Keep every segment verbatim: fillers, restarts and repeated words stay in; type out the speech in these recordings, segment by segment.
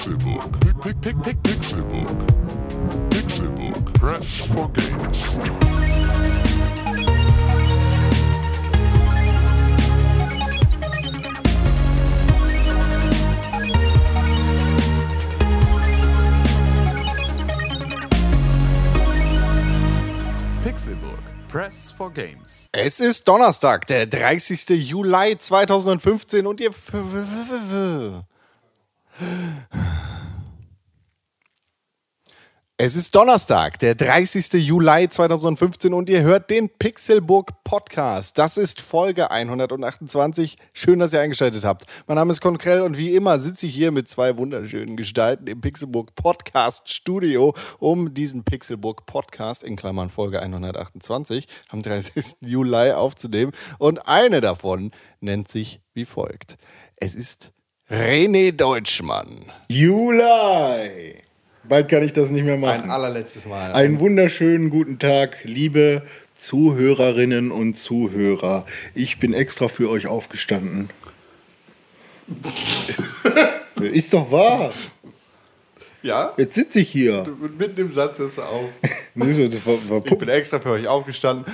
Pixelbook. Pick, pick, pick, Pixelbook. Pixelbook. Press for games. Pixelbook. Press for Games. Es ist Donnerstag, der dreißigster Juli zweitausendfünfzehn und ihr... Es ist Donnerstag, der dreißigster Juli zweitausendfünfzehn und ihr hört den Pixelbook Podcast. Das ist Folge hundertachtundzwanzig. Schön, dass ihr eingeschaltet habt. Mein Name ist Konkrell und wie immer sitze ich hier mit zwei wunderschönen Gestalten im Pixelbook Podcast Studio, um diesen Pixelbook Podcast in Klammern Folge hundertachtundzwanzig am dreißigster Juli aufzunehmen. Und eine davon nennt sich wie folgt. Es ist René Deutschmann. Juli! Bald kann ich das nicht mehr machen. Ein allerletztes Mal. Einen wunderschönen guten Tag, liebe Zuhörerinnen und Zuhörer. Ich bin extra für euch aufgestanden. Ist doch wahr. Ja? Jetzt sitze ich hier. Und mitten im Satz ist er auf. Das war, war Ich bin extra für euch aufgestanden.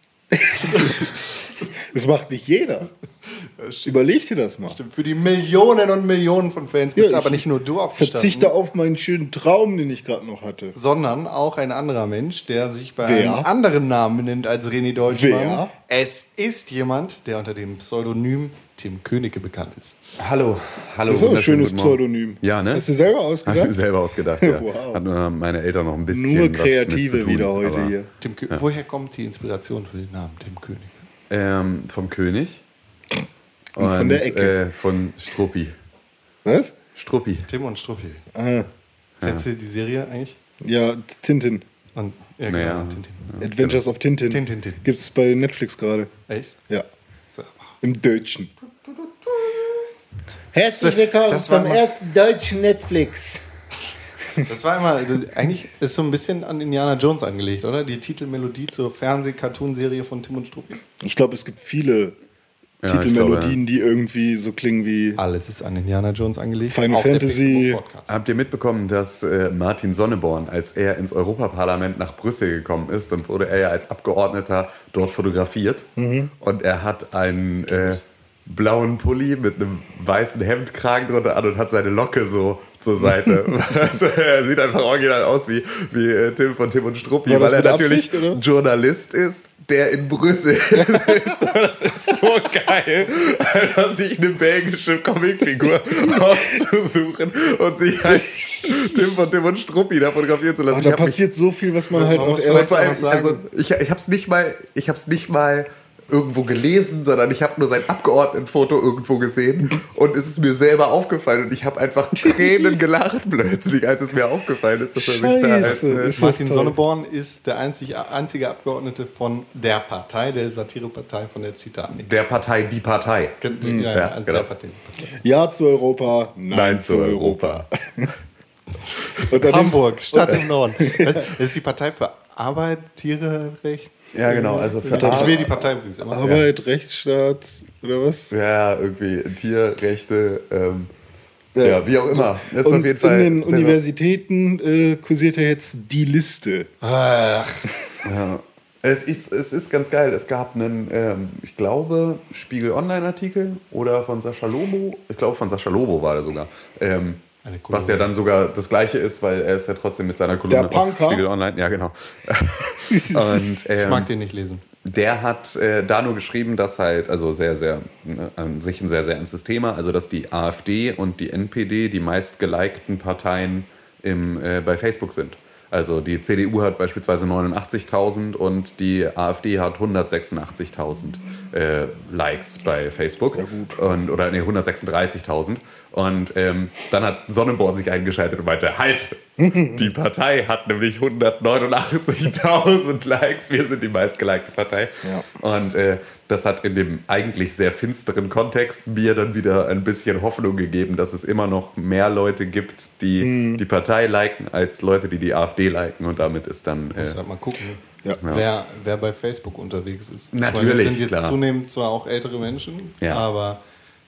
Das macht nicht jeder. Überleg dir das mal. Stimmt, für die Millionen und Millionen von Fans bist Ja, aber ich nicht nur du aufgestanden, Verzichte auf meinen schönen Traum, den ich gerade noch hatte. sondern auch ein anderer Mensch, der sich bei Wer? einem anderen Namen nennt als René Deutschmann. Wer? Es ist jemand, der unter dem Pseudonym Tim Königke bekannt ist. Hallo, hallo. Das ist auch ein wunderschönen schönes guten Morgen. Pseudonym. Ja, ne? Hast du selber Habe ausgedacht? ich mir selber ausgedacht, ja. Wow. Hatten äh, meine Eltern noch ein bisschen Nur was mit zu Kreative tun, wieder heute aber, hier. Tim Kö- Woher kommt die Inspiration für den Namen Tim Königke? Ähm, vom König. Und von der Ecke. Äh, von Struppi. Was? Struppi. Tim und Struppi. Ah, Kennst du die Serie eigentlich? ja, Tintin. Und, ja, Naja. genau, Tintin. Adventures of Tintin. Tintin. Gibt es bei Netflix gerade. Echt? Ja. So. Im Deutschen. Herzlich willkommen Das war zum mal- ersten deutschen Netflix. Das war immer, das, eigentlich ist so ein bisschen an Indiana Jones angelegt, oder? Die Titelmelodie zur Fernseh-Cartoon-Serie von Tim und Struppi. Ich glaube, es gibt viele Ja, Titelmelodien, die irgendwie so klingen wie Alles ist an Indiana Jones angelegt. Final auch der Fantasy. Pixelbook Podcast. Habt ihr mitbekommen, dass äh, Martin Sonneborn, als er ins Europaparlament nach Brüssel gekommen ist, dann wurde er ja als Abgeordneter dort fotografiert. Mhm. Und er hat einen äh, blauen Pulli mit einem weißen Hemdkragen drunter an und hat seine Locke so zur Seite. Also, er sieht einfach original aus wie, wie äh, Tim von Tim und Struppi, War das weil er mit natürlich Absicht, oder? Journalist ist, der in Brüssel sitzt. Das ist so geil, einfach sich eine belgische Comicfigur auszusuchen und sich als Tim von Tim und Struppi da fotografieren zu lassen. Oh, Ich da hab mich- passiert so viel, was man halt Man auch muss erst... und vor allem, auch sagen- also, ich, ich habe es nicht mal, ich hab's nicht mal irgendwo gelesen, sondern ich habe nur sein Abgeordnetenfoto irgendwo gesehen und es ist mir selber aufgefallen und ich habe einfach Tränen gelacht plötzlich, als es mir aufgefallen ist, dass er sich da als Scheiße, äh, ist das Martin toll. Sonneborn ist der einzig, einzige Abgeordnete von der Partei, der Satirepartei von der Titanic. der Partei die Partei. Kennt- Ja, ja, Ja, also genau. der Partei. Ja zu Europa, nein, Nein zu zu Europa. Und dann Hamburg, Stadt im Norden. Das das ist die Partei für Arbeit, Tiere, Recht. Ja, genau, also für Ich Ar- wähle die Partei übrigens immer. Arbeit, Rechtsstaat oder was? Ja, irgendwie Tierrechte, ähm, ja. wie auch immer. Das ist Und auf jeden Fall in den selber- Universitäten äh, kursiert ja jetzt die Liste. Ach, Ja. Es ist, es ist ganz geil. Es gab einen, ähm, ich glaube, Spiegel-Online-Artikel oder von Sascha Lobo. Ich glaube, von Sascha Lobo war der sogar. Ähm, Eine Kolumne. was ja dann sogar das Gleiche ist, weil er ist ja trotzdem mit seiner Kolumne Der Punker? auf Spiegel Online. Ja, genau. Und, ich ähm, mag den nicht lesen. der hat äh, da nur geschrieben, dass halt, also sehr, sehr, ne, an sich ein sehr, sehr ernstes Thema, also dass die AfD und die N P D die meist gelikten Parteien im, äh, bei Facebook sind. Also die C D U hat beispielsweise neunundachtzigtausend und die AfD hat hundertsechsundachtzigtausend äh, Likes bei Facebook. Ja, gut. Und, oder nee, hundertsechsunddreißigtausend. Und ähm, dann hat Sonneborn sich eingeschaltet und meinte, halt, die Partei hat nämlich hundertneunundachtzigtausend Likes, wir sind die meistgelikte Partei. Ja. Und äh, das hat in dem eigentlich sehr finsteren Kontext mir dann wieder ein bisschen Hoffnung gegeben, dass es immer noch mehr Leute gibt, die Hm. die Partei liken, als Leute, die die AfD liken. Und damit ist dann... Äh, Muss halt mal gucken, Ja. wer, wer bei Facebook unterwegs ist. Natürlich, Ich meine, das sind jetzt klar. zunehmend zwar auch ältere Menschen, Ja. aber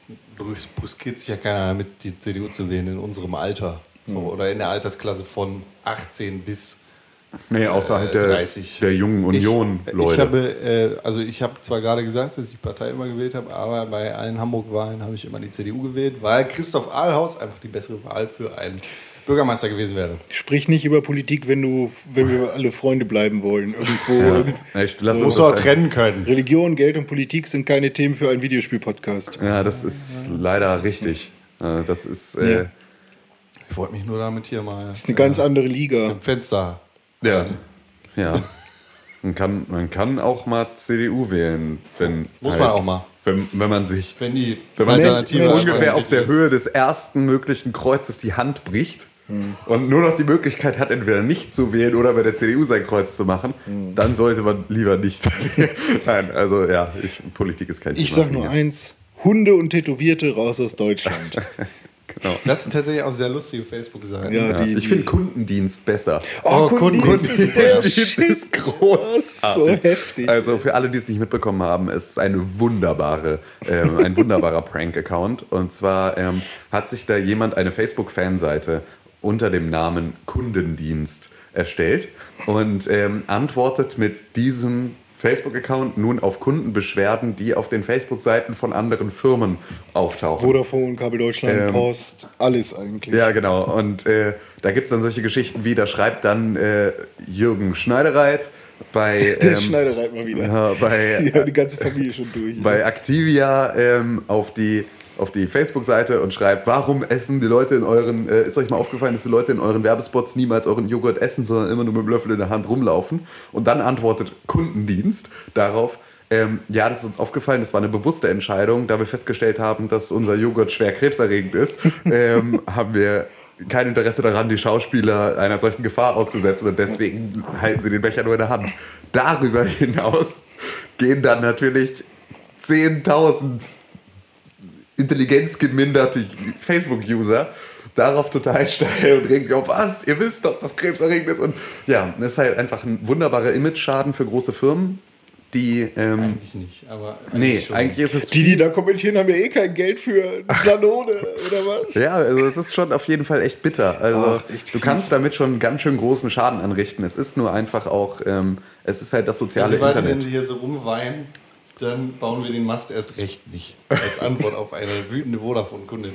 brüskiert sich ja keiner damit, die C D U zu wählen in unserem Alter. So, oder in der Altersklasse von achtzehn bis Nee, außerhalb äh, der, dreißig. der jungen Union, ich, Leute. Ich habe, äh, also ich habe zwar gerade gesagt, dass ich die Partei immer gewählt habe, aber bei allen Hamburg-Wahlen habe ich immer die C D U gewählt, weil Christoph Ahlhaus einfach die bessere Wahl für einen Bürgermeister gewesen wäre. Sprich nicht über Politik, wenn du, wenn wir alle Freunde bleiben wollen. Irgendwo. irgend- Echt, lass Du uns musst auch das trennen können. Religion, Geld und Politik sind keine Themen für einen Videospiel-Podcast. Ja, das ist leider richtig. Äh, Das ist, äh, Ja. Ich wollte mich nur damit hier mal Das ist eine ganz andere Liga. zum Fenster. ja, ja. Man kann, man kann auch mal C D U wählen, wenn Muss halt, man auch mal. Wenn, wenn man sich, Wenn die wenn man sich Alternative ungefähr auf richtig der ist. Höhe des ersten möglichen Kreuzes die Hand bricht und nur noch die Möglichkeit hat, entweder nicht zu wählen oder bei der C D U sein Kreuz zu machen, dann sollte man lieber nicht wählen. Nein, also ja, ich, Politik ist kein Thema. Ich sag für nur mich. eins: Hunde und Tätowierte raus aus Deutschland. Genau. Das sind tatsächlich auch sehr lustige Facebook-Seiten. Ja, Ja, die, ich finde Kundendienst besser. Oh, Oh, Kundendienst Kundendienst ist der Kundendienst Shit. ist großartig. So heftig. Also für alle, die es nicht mitbekommen haben, es ist eine wunderbare, ähm, ein wunderbarer Prank-Account. Und zwar ähm, hat sich da jemand eine Facebook-Fanseite unter dem Namen Kundendienst erstellt und ähm, antwortet mit diesem Facebook-Account nun auf Kundenbeschwerden, die auf den Facebook-Seiten von anderen Firmen auftauchen. Vodafone, Kabel Deutschland, Ähm, Post, alles eigentlich. Ja, genau. Und äh, da gibt es dann solche Geschichten wie, da schreibt dann äh, Jürgen Schneidereit bei, Der ähm, Schneidereit mal wieder. ja, bei, Ja, die ganze Familie schon durch. bei Activia ähm, auf die, auf die Facebook-Seite und schreibt, warum essen die Leute in euren, äh, ist euch mal aufgefallen, dass die Leute in euren Werbespots niemals euren Joghurt essen, sondern immer nur mit dem Löffel in der Hand rumlaufen. Und dann antwortet Kundendienst darauf, ähm, ja, das ist uns aufgefallen, das war eine bewusste Entscheidung, da wir festgestellt haben, dass unser Joghurt schwer krebserregend ist, ähm, haben wir kein Interesse daran, die Schauspieler einer solchen Gefahr auszusetzen und deswegen halten sie den Becher nur in der Hand. Darüber hinaus gehen dann natürlich zehntausend intelligenzgeminderte Facebook-User darauf total steil und regen sich auf, was, ihr wisst, dass das krebserregend ist. Und ja, das ist halt einfach ein wunderbarer Image-Schaden für große Firmen, die, ähm, Eigentlich nicht, aber nee, schon. eigentlich ist es Die, die da kommentieren, haben ja eh kein Geld für Danone oder was? ja, also es ist schon auf jeden Fall echt bitter. Also Ach, echt du kannst damit schon einen ganz schön großen Schaden anrichten. Es ist nur einfach auch, ähm, es ist halt das Wenn soziale Sie weiterhin Internet. hier so rumweinen, dann bauen wir den Mast erst recht nicht. Als Antwort auf eine wütende Vodafone-Kundin.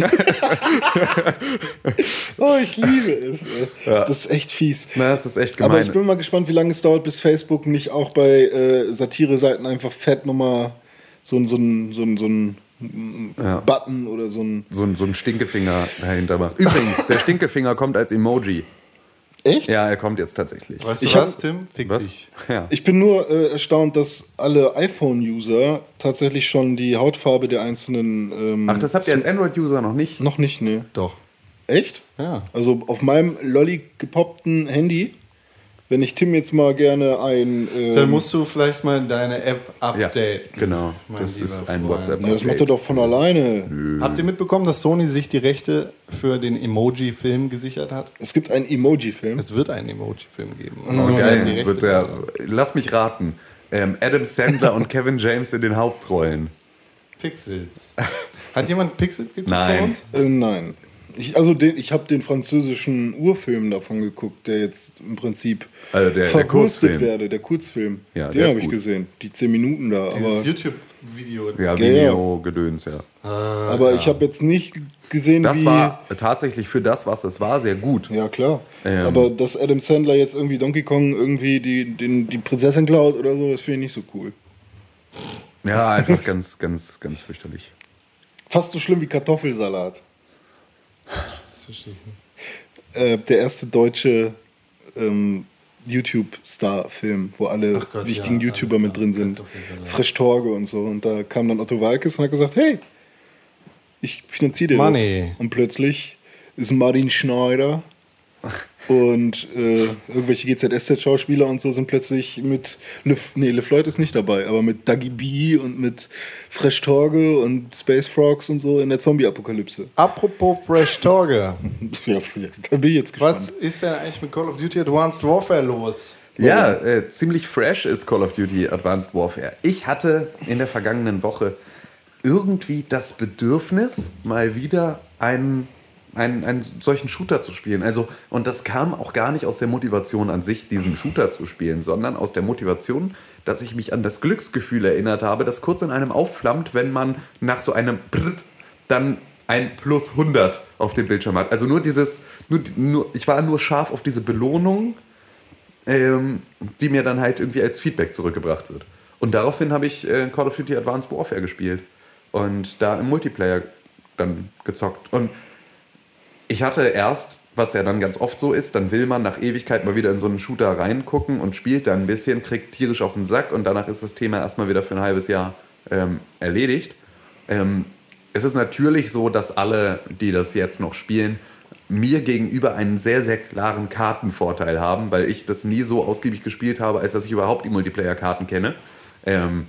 Oh, ich liebe es. ey. Das ist echt fies. Na, das ist echt Aber gemein. ich bin mal gespannt, wie lange es dauert, bis Facebook nicht auch bei äh, Satire-Seiten einfach fett nochmal so ein so ein, so ein, so ein Ja. Button oder so ein... so, ein- so ein Stinkefinger dahinter macht. Übrigens, der Stinkefinger kommt als Emoji. Echt? Ja, er kommt jetzt tatsächlich. Weißt du Ich was, hab- Tim? Fick Was? dich. Ja. Ich bin nur äh, erstaunt, dass alle iPhone-User tatsächlich schon die Hautfarbe der einzelnen... Ähm, Ach, das habt ihr als Android-User noch nicht? noch nicht, ne? Doch. Echt? Ja. Also auf meinem lolli gepoppten Handy, wenn ich Tim jetzt mal gerne ein... Ähm, Dann musst du vielleicht mal deine App Ja, updaten. genau. mein Das lieber ist ein Freund. WhatsApp. na, das macht er doch von alleine. Habt ihr mitbekommen, dass Sony sich die Rechte für den Emoji-Film gesichert hat? Es gibt einen Emoji-Film. Es wird einen Emoji-Film geben. Und Oh, Sony geil. hat die Rechte Wird der, daran. lass mich raten. Ähm, Adam Sandler und Kevin James in den Hauptrollen. Pixels. Hat jemand Pixels geguckt Nein. von uns? Äh, nein. Ich, also den, ich habe den französischen Urfilm davon geguckt, der jetzt im Prinzip Also der- der verwurstet Kurzfilm. werde, der Kurzfilm. Ja, der den ist habe ich gut. gesehen. Die zehn Minuten da. Dieses Aber, YouTube-Video. Ja, Ja, Vimeo-Gedöns, ja. aber ich habe jetzt nicht gesehen, Das wie... war tatsächlich für das, was es war, sehr gut. Ja, klar. Ähm. Aber dass Adam Sandler jetzt irgendwie Donkey Kong irgendwie die, den, die Prinzessin klaut oder so, das finde ich nicht so cool. Ja, einfach ganz, ganz, ganz fürchterlich. Fast so schlimm wie Kartoffelsalat. Das verstehe ich nicht. Äh, der erste deutsche ähm, YouTube-Star-Film, wo alle Ach Gott, wichtigen ja, YouTuber alles mit klar. drin sind. Kartoffelsalat. Frisch Torge und so. Und da kam dann Otto Walkes und hat gesagt, hey, ich finanziere dir Money. das. Und plötzlich ist Martin Schneider und äh, irgendwelche G Z S Z-Schauspieler und so sind plötzlich mit, Le, nee, Le Floyd ist nicht dabei, aber mit Dougie B und mit Fresh Torge und Space Frogs und so in der Zombie-Apokalypse. Apropos Fresh Torge. Ja, da bin ich jetzt gespannt. Was ist denn eigentlich mit Call of Duty Advanced Warfare los? Ja, äh, ziemlich fresh ist Call of Duty Advanced Warfare. Ich hatte in der vergangenen Woche irgendwie das Bedürfnis, mal wieder einen, einen, einen solchen Shooter zu spielen. Also, und das kam auch gar nicht aus der Motivation an sich, diesen Shooter zu spielen, sondern aus der Motivation, dass ich mich an das Glücksgefühl erinnert habe, das kurz in einem aufflammt, wenn man nach so einem Brrrt dann ein Plus hundert auf dem Bildschirm hat. Also nur dieses, nur, nur, ich war nur scharf auf diese Belohnung, ähm, die mir dann halt irgendwie als Feedback zurückgebracht wird. Und daraufhin habe ich äh, Call of Duty Advanced Warfare gespielt und da im Multiplayer dann gezockt. Und ich hatte erst, was ja dann ganz oft so ist, dann will man nach Ewigkeit mal wieder in so einen Shooter reingucken und spielt dann ein bisschen, kriegt tierisch auf den Sack und danach ist das Thema erstmal wieder für ein halbes Jahr ähm, erledigt. Ähm, es ist natürlich so, dass alle, die das jetzt noch spielen, mir gegenüber einen sehr, sehr klaren Kartenvorteil haben, weil ich das nie so ausgiebig gespielt habe, als dass ich überhaupt die Multiplayer-Karten kenne. Ähm,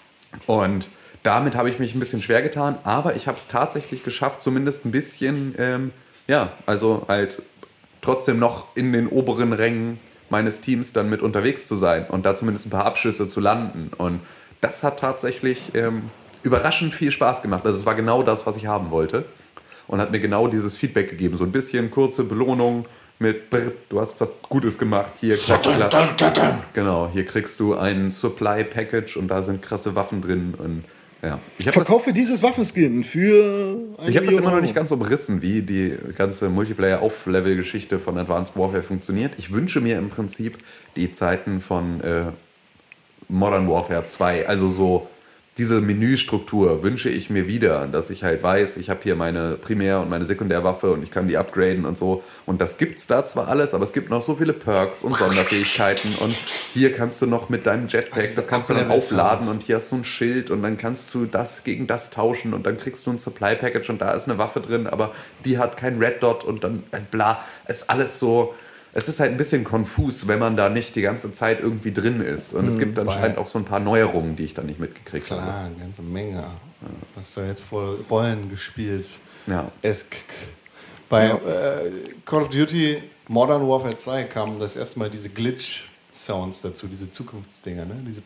und damit habe ich mich ein bisschen schwer getan, aber ich habe es tatsächlich geschafft, zumindest ein bisschen, ähm, ja, also halt trotzdem noch in den oberen Rängen meines Teams dann mit unterwegs zu sein und da zumindest ein paar Abschüsse zu landen. Und das hat tatsächlich ähm, überraschend viel Spaß gemacht. Also es war genau das, was ich haben wollte und hat mir genau dieses Feedback gegeben. So ein bisschen kurze Belohnung mit Brr, du hast was Gutes gemacht, hier klatsch, klatsch. Genau, hier kriegst du ein Supply Package und da sind krasse Waffen drin und ja. Ich Verkaufe dieses Waffenskin für eine Ich habe das immer noch Euro. nicht ganz umrissen, wie die ganze Multiplayer-Auf-Level-Geschichte von Advanced Warfare funktioniert. Ich wünsche mir im Prinzip die Zeiten von äh, Modern Warfare zwei, also so diese Menüstruktur wünsche ich mir wieder, dass ich halt weiß, ich habe hier meine Primär- und meine Sekundärwaffe und ich kann die upgraden und so. Und das gibt's da zwar alles, aber es gibt noch so viele Perks und Sonderfähigkeiten und hier kannst du noch mit deinem Jetpack, das kannst du dann aufladen und hier hast du ein Schild und dann kannst du das gegen das tauschen und dann kriegst du ein Supply Package und da ist eine Waffe drin, aber die hat kein Red Dot und dann bla. Es ist alles so... Es ist halt ein bisschen konfus, wenn man da nicht die ganze Zeit irgendwie drin ist. Und es gibt anscheinend auch so ein paar Neuerungen, die ich da nicht mitgekriegt Klar, habe. eine ganze Menge. Ja. Hast du jetzt voll Rollen gespielt. Ja. Esk. Bei Ja. äh, Call of Duty Modern Warfare zwei kamen das erste Mal diese Glitch-Sounds dazu, diese Zukunftsdinger, ne? Diese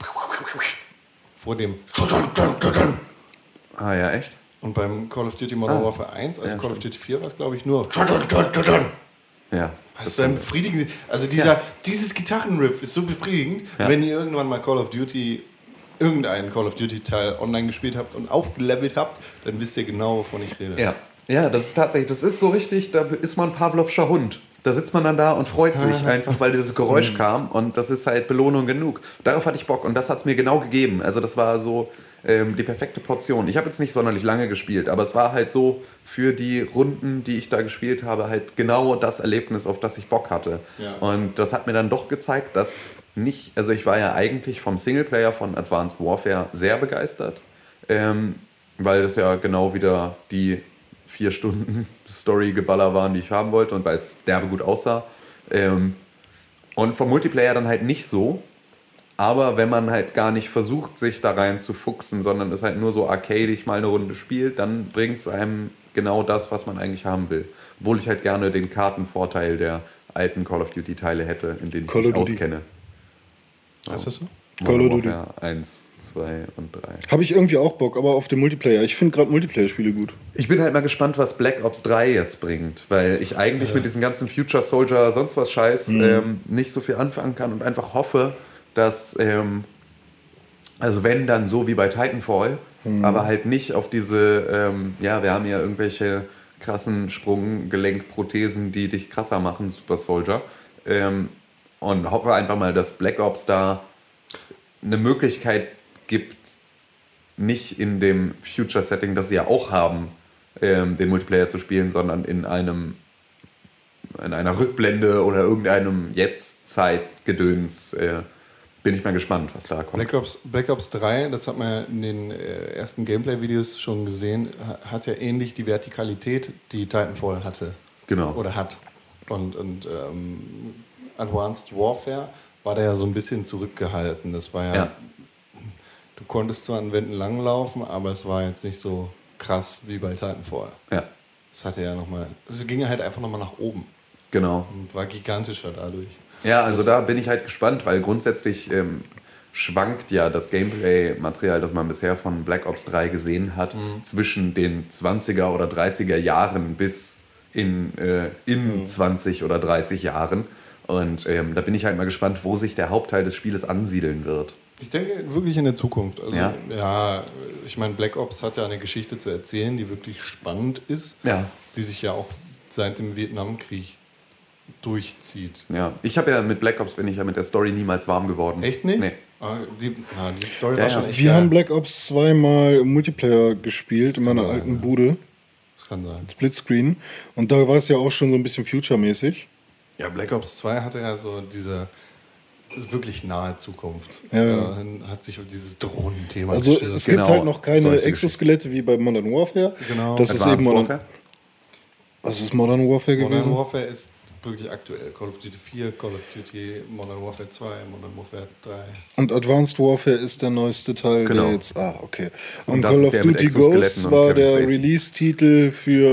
vor dem Ah ja, echt? und beim Call of Duty Modern Ah. Warfare eins, also Ja, Call of stimmt. Duty vier war es glaube ich nur Ja. Das ist ein befriedigend. Also dieser, Ja. dieses Gitarrenriff ist so befriedigend, Ja. wenn ihr irgendwann mal Call of Duty, irgendeinen Call of Duty Teil online gespielt habt und aufgelevelt habt, dann wisst ihr genau, wovon ich rede. Ja. Ja, das ist tatsächlich, das ist so richtig, da ist man ein Pavlovscher Hund. Da sitzt man dann da und freut sich einfach, weil dieses Geräusch kam und das ist halt Belohnung genug. Darauf hatte ich Bock und das hat es mir genau gegeben. Also das war so ähm, die perfekte Portion. Ich habe jetzt nicht sonderlich lange gespielt, aber es war halt so für die Runden, die ich da gespielt habe, halt genau das Erlebnis, auf das ich Bock hatte. Ja. Und das hat mir dann doch gezeigt, dass nicht, also ich war ja eigentlich vom Singleplayer von Advanced Warfare sehr begeistert, ähm, weil das ja genau wieder die vier Stunden Story-Geballer waren, die ich haben wollte und weil es derbe gut aussah. Ähm, und vom Multiplayer dann halt nicht so. Aber wenn man halt gar nicht versucht, sich da rein zu fuchsen, sondern es halt nur so arcadig mal eine Runde spielt, dann bringt es einem genau das, was man eigentlich haben will. Obwohl ich halt gerne den Kartenvorteil der alten Call of Duty-Teile hätte, in denen ich Call mich of Duty. auskenne. Ist das so? Call of Duty. eins, zwei und drei. Habe ich irgendwie auch Bock, aber auf den Multiplayer. Ich finde gerade Multiplayer-Spiele gut. Ich bin halt mal gespannt, was Black Ops drei jetzt bringt, weil ich eigentlich mit diesem ganzen Future Soldier sonst was Scheiß ähm, nicht so viel anfangen kann und einfach hoffe, dass, ähm, also wenn dann so wie bei Titanfall, aber halt nicht auf diese, ähm, ja, wir haben ja irgendwelche krassen Sprunggelenkprothesen, die dich krasser machen, Super Soldier, ähm, und hoffe einfach mal, dass Black Ops da eine Möglichkeit gibt, nicht in dem Future-Setting, das sie ja auch haben, ähm, den Multiplayer zu spielen, sondern in einem in einer Rückblende oder irgendeinem Jetzt-Zeitgedöns. Äh, bin ich mal gespannt, was da kommt. Black Ops, Black Ops drei, das hat man ja in den äh, ersten Gameplay-Videos schon gesehen, ha- hat ja ähnlich die Vertikalität, die Titanfall hatte. Genau. Oder hat. Und, und ähm, Advanced Warfare war da ja so ein bisschen zurückgehalten. Das war ja, Ja. du konntest zwar an Wänden langlaufen, aber es war jetzt nicht so krass wie bei Titanfall. Ja, Das hatte ja nochmal, also es ging halt einfach nochmal nach oben genau. und war gigantischer dadurch. Ja, also da bin ich halt gespannt, weil grundsätzlich ähm, schwankt ja das Gameplay-Material, das man bisher von Black Ops drei gesehen hat, mhm. zwischen den zwanziger oder dreißiger Jahren bis in, äh, in mhm. zwanzig oder dreißig Jahren. Und ähm, da bin ich halt mal gespannt, wo sich der Hauptteil des Spieles ansiedeln wird. Ich denke wirklich in der Zukunft. Also, ja. ja, ich meine, Black Ops hat ja eine Geschichte zu erzählen, die wirklich spannend ist, ja. die sich ja auch seit dem Vietnamkrieg durchzieht. Ja, ich habe ja mit Black Ops bin ich ja mit der Story niemals warm geworden. Echt nicht? Nee. Ah, die, ah, die Story ja, war ja. schon echt Wir geil. haben Black Ops zweimal im Multiplayer gespielt, in meiner sein, alten ja. Bude. Das kann sein. Splitscreen. Und da war es ja auch schon so ein bisschen Future-mäßig. Ja, Black Ops zwei hatte ja so diese wirklich nahe Zukunft. Ja, ja. Äh, hat sich auf dieses Drohnenthema Also gestürzt. es Genau, gibt halt noch keine solche Exoskelette wie bei Modern Warfare. Genau. Das ist Advanced eben Modern Warfare? Was ist Modern Warfare Modern gewesen? Warfare ist wirklich aktuell. Call of Duty vier, Call of Duty Modern Warfare zwei, Modern Warfare drei. Und Advanced Warfare ist der neueste Teil, Genau. der jetzt. Ah, okay. Und Und, das Call ist of der mit Duty Exoskeletten Ghosts und war Kevin der Spacey. Release-Titel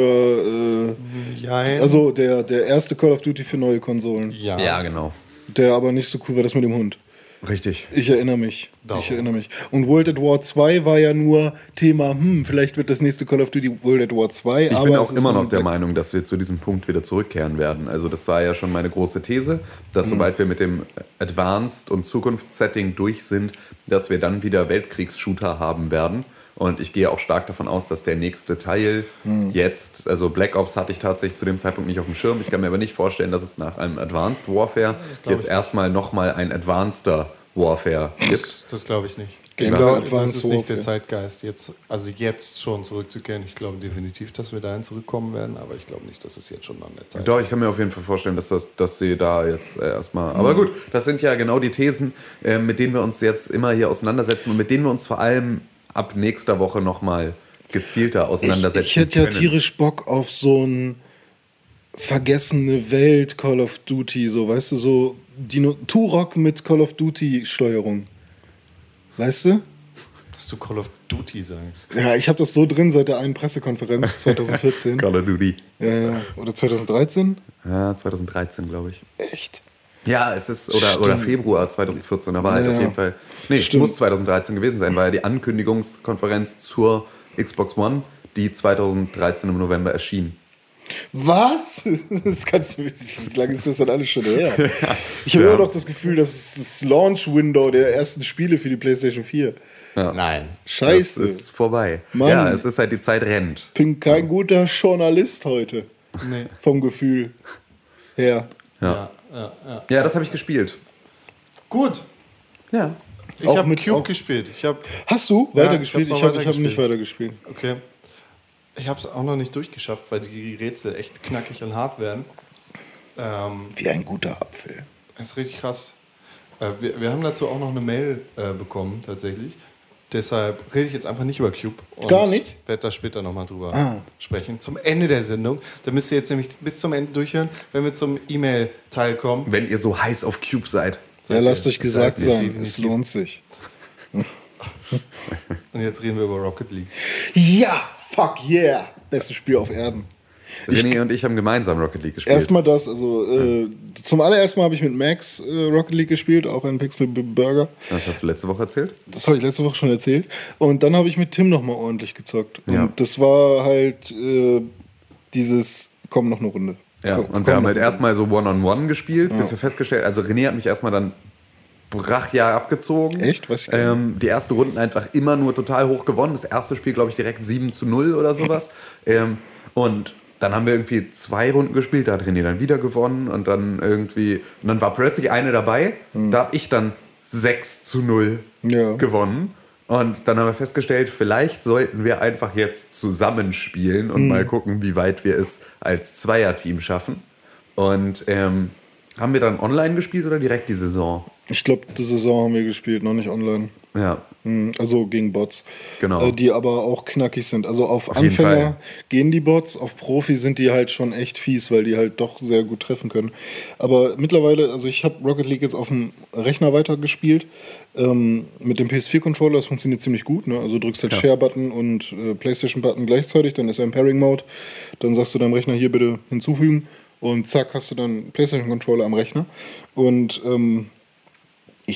für. Äh, Ja. also der, der erste Call of Duty für neue Konsolen. Ja. Ja, genau. Der aber nicht so cool war, das mit dem Hund. Richtig. Ich erinnere mich. Darum. Ich erinnere mich. Und World at War zwei war ja nur Thema, hm, vielleicht wird das nächste Call of Duty World at War zwei. Ich aber bin es auch ist immer nur noch der Black- Meinung, dass wir zu diesem Punkt wieder zurückkehren werden. Also das war ja schon meine große These, dass sobald wir mit dem Advanced- und Zukunftssetting durch sind, dass wir dann wieder Weltkriegs-Shooter haben werden. Und ich gehe auch stark davon aus, dass der nächste Teil jetzt, also Black Ops hatte ich tatsächlich zu dem Zeitpunkt nicht auf dem Schirm. Ich kann mir aber nicht vorstellen, dass es nach einem Advanced Warfare jetzt erstmal nochmal ein Advanceder Warfare gibt. Das, das glaube ich nicht. Ich Ich glaube, glaube, das Advanced ist nicht der Warfare. Zeitgeist, jetzt, also jetzt schon zurückzukehren. Ich glaube definitiv, dass wir dahin zurückkommen werden, aber ich glaube nicht, dass es jetzt schon an der Zeit Doch, ist. ich kann mir auf jeden Fall vorstellen, dass, das, dass sie da jetzt äh, erstmal. Aber gut, das sind ja genau die Thesen, äh, mit denen wir uns jetzt immer hier auseinandersetzen und mit denen wir uns vor allem ab nächster Woche nochmal gezielter auseinandersetzen Ich, ich hätte ja können. tierisch Bock auf so ein vergessene Welt Call of Duty, so, weißt du, so Dino Turok mit Call of Duty Steuerung. Weißt du? Dass du Call of Duty sagst. Ja, ich habe das so drin seit der einen Pressekonferenz zwanzig vierzehn. Call of Duty. Ja, ja. Oder zwanzig dreizehn? Ja, zwanzig dreizehn, glaube ich. Echt? Ja, es ist, oder, oder Februar zwanzig vierzehn, da war halt Ja, auf jeden Fall. Nee, es stimmt. muss zwanzig dreizehn gewesen sein, war ja die Ankündigungskonferenz zur Xbox One, die zwanzig dreizehn im November erschien. Was? Das kannst du wissen. Wie lange ist das denn alles schon her? Ich habe Ja. immer noch das Gefühl, das ist das Launch-Window der ersten Spiele für die PlayStation vier. Nein. Scheiße. Das ist vorbei. Mann. Ja, es ist halt, die Zeit rennt. bin kein guter Journalist heute. Nee. Vom Gefühl her. Ja, Ja, ja, ja. ja das habe ich gespielt. Gut. Ja. Ich Auch habe mit- Cube auch- gespielt. Ich habe Hast du Ja, weitergespielt? ich hab's Ich noch habe hab nicht weitergespielt. weitergespielt. Okay. Ich habe es auch noch nicht durchgeschafft, weil die Rätsel echt knackig und hart werden. Ähm, Wie ein guter Apfel. das ist richtig krass. Äh, wir, wir haben dazu auch noch eine Mail äh, bekommen, tatsächlich. Deshalb rede ich jetzt einfach nicht über Cube. Und Gar nicht? werde da später nochmal drüber Ah. sprechen. Zum Ende der Sendung. Da müsst ihr jetzt nämlich bis zum Ende durchhören, wenn wir zum E-Mail-Teil kommen. Wenn ihr so heiß auf Cube seid. Ja, Seid lasst ihr- euch gesagt seid ihr sein, es definitiv. lohnt sich. Und jetzt reden wir über Rocket League. Ja, fuck yeah. Bestes Spiel auf Erden. René und ich haben gemeinsam Rocket League gespielt. Erstmal das, also äh, zum allerersten Mal habe ich mit Max äh, Rocket League gespielt, auch ein Pixel Burger. Das hast du letzte Woche erzählt? Das habe ich letzte Woche schon erzählt. Und dann habe ich mit Tim nochmal ordentlich gezockt. Und Ja. das war halt äh, dieses, komm, noch eine Runde. Ja, Komm, und komm, wir haben noch halt eine erstmal so One-on-One gespielt, bis Ja. wir festgestellt, also René hat mich erstmal dann brachial abgezogen. Echt? Weiß ich gar nicht. ähm, Die ersten Runden einfach immer nur total hoch gewonnen. Das erste Spiel, glaube ich, direkt sieben zu null oder sowas. ähm, und dann haben wir irgendwie zwei Runden gespielt, da hat René dann wieder gewonnen und dann irgendwie, und dann war plötzlich eine dabei, da habe ich dann sechs zu null Ja. gewonnen. Und dann haben wir festgestellt, vielleicht sollten wir einfach jetzt zusammenspielen und mal gucken, wie weit wir es als Zweierteam schaffen. Und ähm, haben wir dann online gespielt oder direkt die Saison? Ich glaube, die Saison haben wir gespielt, noch nicht online. Ja, Hm, Also gegen Bots. Genau. Äh, die aber auch knackig sind. Also auf, Auf jeden Anfänger Fall. gehen die Bots, auf Profi sind die halt schon echt fies, weil die halt doch sehr gut treffen können. Aber mittlerweile, also ich habe Rocket League jetzt auf dem Rechner weitergespielt. Ähm, mit dem P S vier Controller, das funktioniert ziemlich gut. Ne? Also du drückst halt Ja. Share-Button und äh, PlayStation-Button gleichzeitig, dann ist er im Pairing-Mode. Dann sagst du deinem Rechner hier bitte hinzufügen und zack, hast du dann PlayStation-Controller am Rechner. Und ähm, ich habe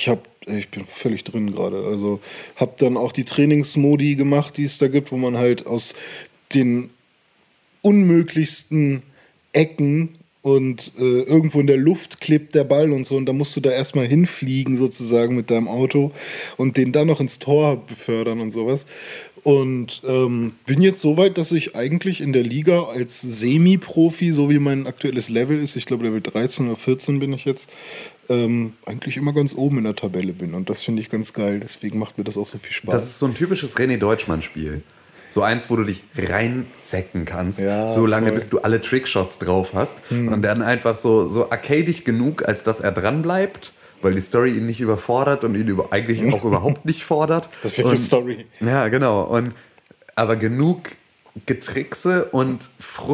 Ich bin völlig drin gerade. Also habe dann auch die Trainingsmodi gemacht, die es da gibt, wo man halt aus den unmöglichsten Ecken und äh, irgendwo in der Luft klebt der Ball und so und da musst du da erstmal hinfliegen sozusagen mit deinem Auto und den dann noch ins Tor befördern und sowas. Und ähm, bin jetzt so weit, dass ich eigentlich in der Liga als Semi-Profi, so wie mein aktuelles Level ist, ich glaube Level dreizehn oder vierzehn bin ich jetzt, ähm, eigentlich immer ganz oben in der Tabelle bin. Und das finde ich ganz geil, deswegen macht mir das auch so viel Spaß. Das ist so ein typisches René Deutschmann-Spiel. So eins, wo du dich reinzecken kannst, Ja, so lange, voll. bis du alle Trickshots drauf hast. Und dann einfach so, so arcadig genug, als dass er dran bleibt, weil die Story ihn nicht überfordert und ihn über, eigentlich auch überhaupt nicht fordert. Das wird eine Und- Story. Ja, genau. Und, aber genug Getrickse und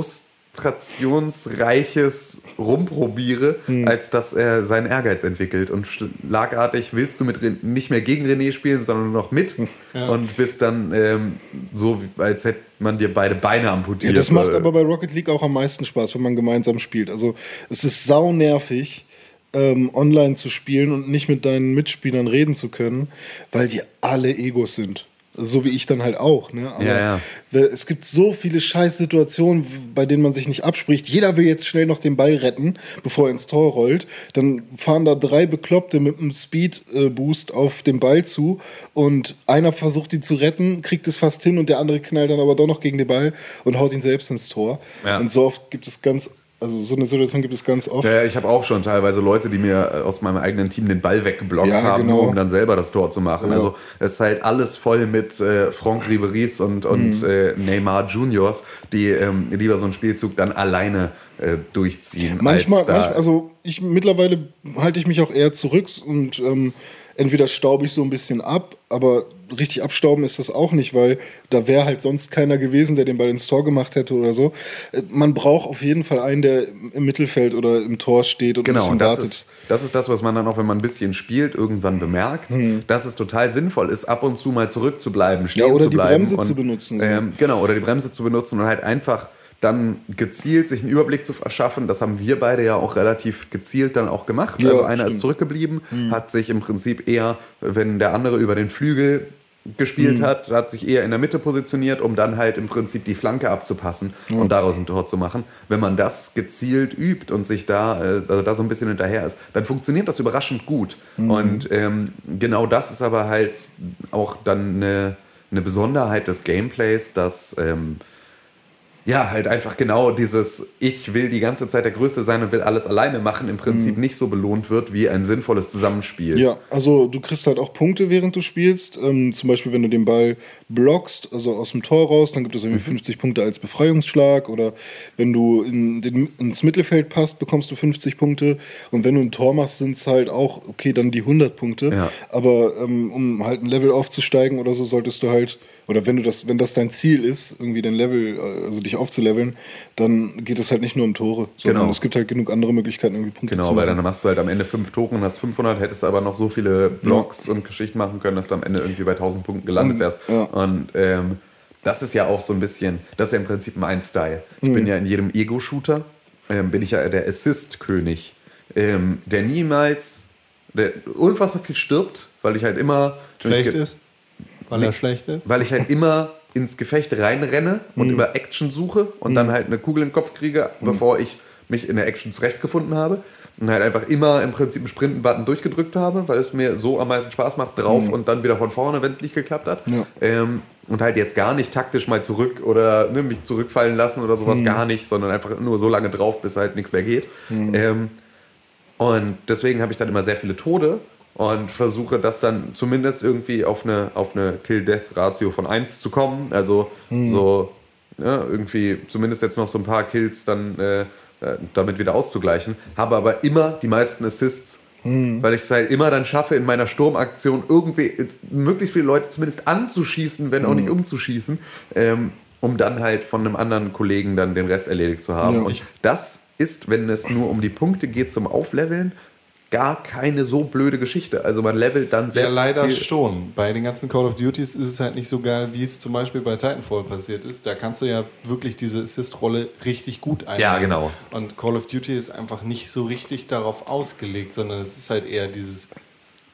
frustrationsreiches Rumprobiere, Hm. als dass er seinen Ehrgeiz entwickelt. Und schlagartig willst du mit Ren- nicht mehr gegen René spielen, sondern nur noch mit. Und bist dann ähm, so, wie- als hätte man dir beide Beine amputiert. Ja, das macht Äh, aber bei Rocket League auch am meisten Spaß, wenn man gemeinsam spielt. Also es ist sau nervig, ähm, online zu spielen und nicht mit deinen Mitspielern reden zu können, weil die alle Egos sind. So wie ich dann halt auch. Ne? Aber Ja, ja. wer- es gibt so viele Scheißsituationen, bei denen man sich nicht abspricht. Jeder will jetzt schnell noch den Ball retten, bevor er ins Tor rollt. Dann fahren da drei Bekloppte mit einem Speed-Boost auf den Ball zu und einer versucht ihn zu retten, kriegt es fast hin und der andere knallt dann aber doch noch gegen den Ball und haut ihn selbst ins Tor. Ja. Und so oft gibt es ganz, also so eine Situation gibt es ganz oft. Ja, ja, ich habe auch schon teilweise Leute, die mir äh, aus meinem eigenen Team den Ball weggeblockt Ja, haben, genau. nur um dann selber das Tor zu machen. Ja. Also es ist halt alles voll mit äh, Franck Ribéry's und, und Mhm. äh, Neymar Juniors, die ähm, lieber so einen Spielzug dann alleine äh, durchziehen. Manchmal, als da, manchmal, also ich mittlerweile halte ich mich auch eher zurück und ähm, entweder staube ich so ein bisschen ab, aber richtig abstauben ist das auch nicht, weil da wäre halt sonst keiner gewesen, der den Ball ins Tor gemacht hätte oder so. Äh, Man braucht auf jeden Fall einen, der im Mittelfeld oder im Tor steht und Genau, ein bisschen und das wartet. ist, das ist das, was man dann auch, wenn man ein bisschen spielt, irgendwann bemerkt, Hm. dass es total sinnvoll ist, ab und zu mal zurückzubleiben, stehen Ja, oder zu die bleiben. Bremse und, zu benutzen. Ähm, genau, oder die Bremse zu benutzen und halt einfach dann gezielt sich einen Überblick zu verschaffen. Das haben wir beide ja auch relativ gezielt dann auch gemacht. Ja, also einer stimmt. ist zurückgeblieben, hat sich im Prinzip eher, wenn der andere über den Flügel gespielt Mhm. hat, hat sich eher in der Mitte positioniert, um dann halt im Prinzip die Flanke abzupassen und daraus ein Tor zu machen. Wenn man das gezielt übt und sich da, äh, also da so ein bisschen hinterher ist, dann funktioniert das überraschend gut. Mhm. Und ähm, genau das ist aber halt auch dann eine, eine Besonderheit des Gameplays, dass ähm, ja, halt einfach genau dieses, ich will die ganze Zeit der Größte sein und will alles alleine machen, im Prinzip nicht so belohnt wird wie ein sinnvolles Zusammenspiel. Ja, also du kriegst halt auch Punkte, während du spielst. Ähm, zum Beispiel, wenn du den Ball blockst, also aus dem Tor raus, dann gibt es irgendwie fünfzig Punkte als Befreiungsschlag. Oder wenn du in den, ins Mittelfeld passt, bekommst du fünfzig Punkte. Und wenn du ein Tor machst, sind es halt auch, okay, dann die hundert Punkte. Ja. Aber ähm, um halt ein Level aufzusteigen oder so, solltest du halt, oder wenn du das, wenn das dein Ziel ist, irgendwie dein Level, äh, also dich aufzuleveln, dann geht es halt nicht nur um Tore, sondern Genau. es gibt halt genug andere Möglichkeiten, irgendwie Punkte Genau, zu weil machen. dann machst du halt am Ende fünf Tore und hast fünfhundert, hättest aber noch so viele Blocks und Geschichten machen können, dass du am Ende irgendwie bei tausend Punkten gelandet Und- wärst. ja. Und ähm, das ist ja auch so ein bisschen, das ist ja im Prinzip mein Style. Ich Mhm. bin ja in jedem Ego-Shooter, ähm, bin ich ja der Assist-König, ähm, der niemals, der unfassbar viel stirbt, weil ich halt immer... Schlecht ich ge- ist? Weil er schlecht ist? Weil ich halt immer ins Gefecht reinrenne und Mhm. über Action suche und dann halt eine Kugel in den Kopf kriege, bevor ich mich in der Action zurechtgefunden habe. Und halt einfach immer im Prinzip einen Sprinten-Button durchgedrückt habe, weil es mir so am meisten Spaß macht, drauf und dann wieder von vorne, wenn es nicht geklappt hat. Mhm. Ja. Ähm, und halt jetzt gar nicht taktisch mal zurück oder ne, mich zurückfallen lassen oder sowas, gar nicht, sondern einfach nur so lange drauf, bis halt nichts mehr geht. Ähm, und deswegen habe ich dann immer sehr viele Tode und versuche das dann zumindest irgendwie auf eine, auf eine Kill-Death-Ratio von eins zu kommen. Also so ja, irgendwie zumindest jetzt noch so ein paar Kills dann äh, äh, damit wieder auszugleichen. Habe aber immer die meisten Assists, weil ich es halt immer dann schaffe, in meiner Sturmaktion irgendwie äh, möglichst viele Leute zumindest anzuschießen, wenn auch nicht umzuschießen, ähm, um dann halt von einem anderen Kollegen dann den Rest erledigt zu haben. Ja. Und das ist, wenn es nur um die Punkte geht zum Aufleveln, gar keine so blöde Geschichte. Also man levelt dann sehr Ja, leider viel. schon. Bei den ganzen Call of Duties ist es halt nicht so geil, wie es zum Beispiel bei Titanfall passiert ist. Da kannst du ja wirklich diese Assist-Rolle richtig gut einnehmen. Ja, genau. Und Call of Duty ist einfach nicht so richtig darauf ausgelegt, sondern es ist halt eher dieses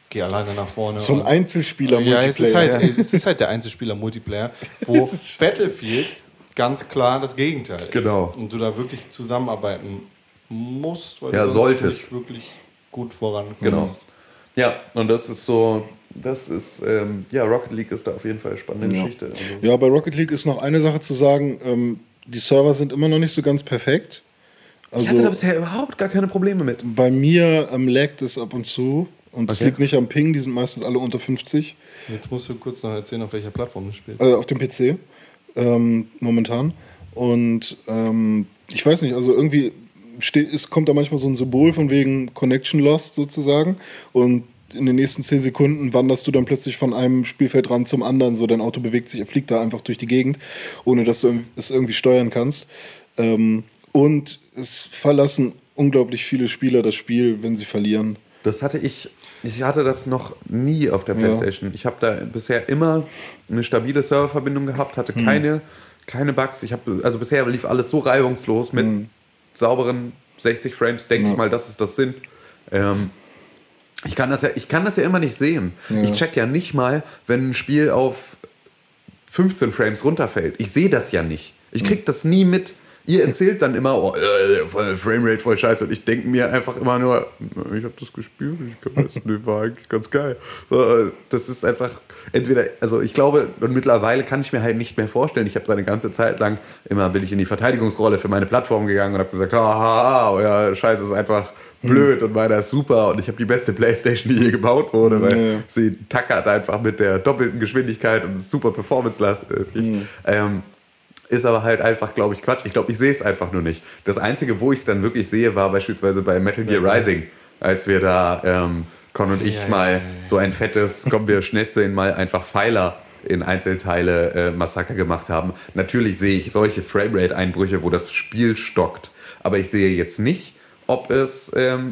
geh alleine nach vorne. So ein und- Einzelspieler-Multiplayer. Ja, es ist halt, ja. es ist halt der Einzelspieler-Multiplayer, wo Battlefield ganz klar das Gegenteil ist. Genau. Und du da wirklich zusammenarbeiten musst, weil Ja, du sonst solltest. nicht wirklich gut vorankommst. Genau. Ja, und das ist so, das ist, ähm, ja, Rocket League ist da auf jeden Fall eine spannende Ja. Geschichte. Also, Ja, bei Rocket League ist noch eine Sache zu sagen, ähm, die Server sind immer noch nicht so ganz perfekt. Also ich hatte da bisher überhaupt gar keine Probleme mit. bei mir ähm, laggt es ab und zu und es Okay. liegt nicht am Ping, die sind meistens alle unter fünfzig, Jetzt musst du kurz noch erzählen, auf welcher Plattform du spielst. äh, auf dem P C ähm, momentan. Und ähm, ich weiß nicht, also irgendwie steht, es kommt da manchmal so ein Symbol von wegen Connection Lost sozusagen und in den nächsten zehn Sekunden wanderst du dann plötzlich von einem Spielfeldrand zum anderen, so dein Auto bewegt sich, fliegt da einfach durch die Gegend, ohne dass du es irgendwie steuern kannst. Ähm, und es verlassen unglaublich viele Spieler das Spiel, wenn sie verlieren. Das hatte ich, ich hatte das noch nie auf der Ja. PlayStation. Ich habe da bisher immer eine stabile Serververbindung gehabt, hatte Hm. keine, keine Bugs. Ich habe, also bisher lief alles so reibungslos mit Hm. sauberen sechzig Frames, denke Ja. ich mal, dass es das sind. Ähm, ich kann das ja, ich kann das ja immer nicht sehen. Ja. Ich check ja nicht mal, wenn ein Spiel auf fünfzehn Frames runterfällt. Ich sehe das ja nicht. Ich krieg das nie mit. Ihr erzählt dann immer, oh, äh, voll Framerate voll scheiße. Und ich denke mir einfach immer nur, ich habe das gespielt, ich kann das, nee, war eigentlich ganz geil. So, das ist einfach, entweder, also ich glaube, und mittlerweile kann ich mir halt nicht mehr vorstellen, ich habe da eine ganze Zeit lang, immer bin ich in die Verteidigungsrolle für meine Plattform gegangen und habe gesagt, ah, euer Scheiß ist einfach blöd und meiner ist super und ich habe die beste Playstation, die je gebaut wurde, weil Ja. sie tackert einfach mit der doppelten Geschwindigkeit und ist super performance-lastig. Ähm, ist aber halt einfach, glaube ich, Quatsch. Ich glaube, ich sehe es einfach nur nicht. Das Einzige, wo ich es dann wirklich sehe, war beispielsweise bei Metal Gear Rising, als wir da, ähm, Con und ich, Ja, ja, mal ja, ja. so ein fettes, kommen wir schnetzeln, mal einfach Pfeiler in Einzelteile äh, Massaker gemacht haben. Natürlich sehe ich solche Framerate-Einbrüche, wo das Spiel stockt. Aber ich sehe jetzt nicht, ob es ähm,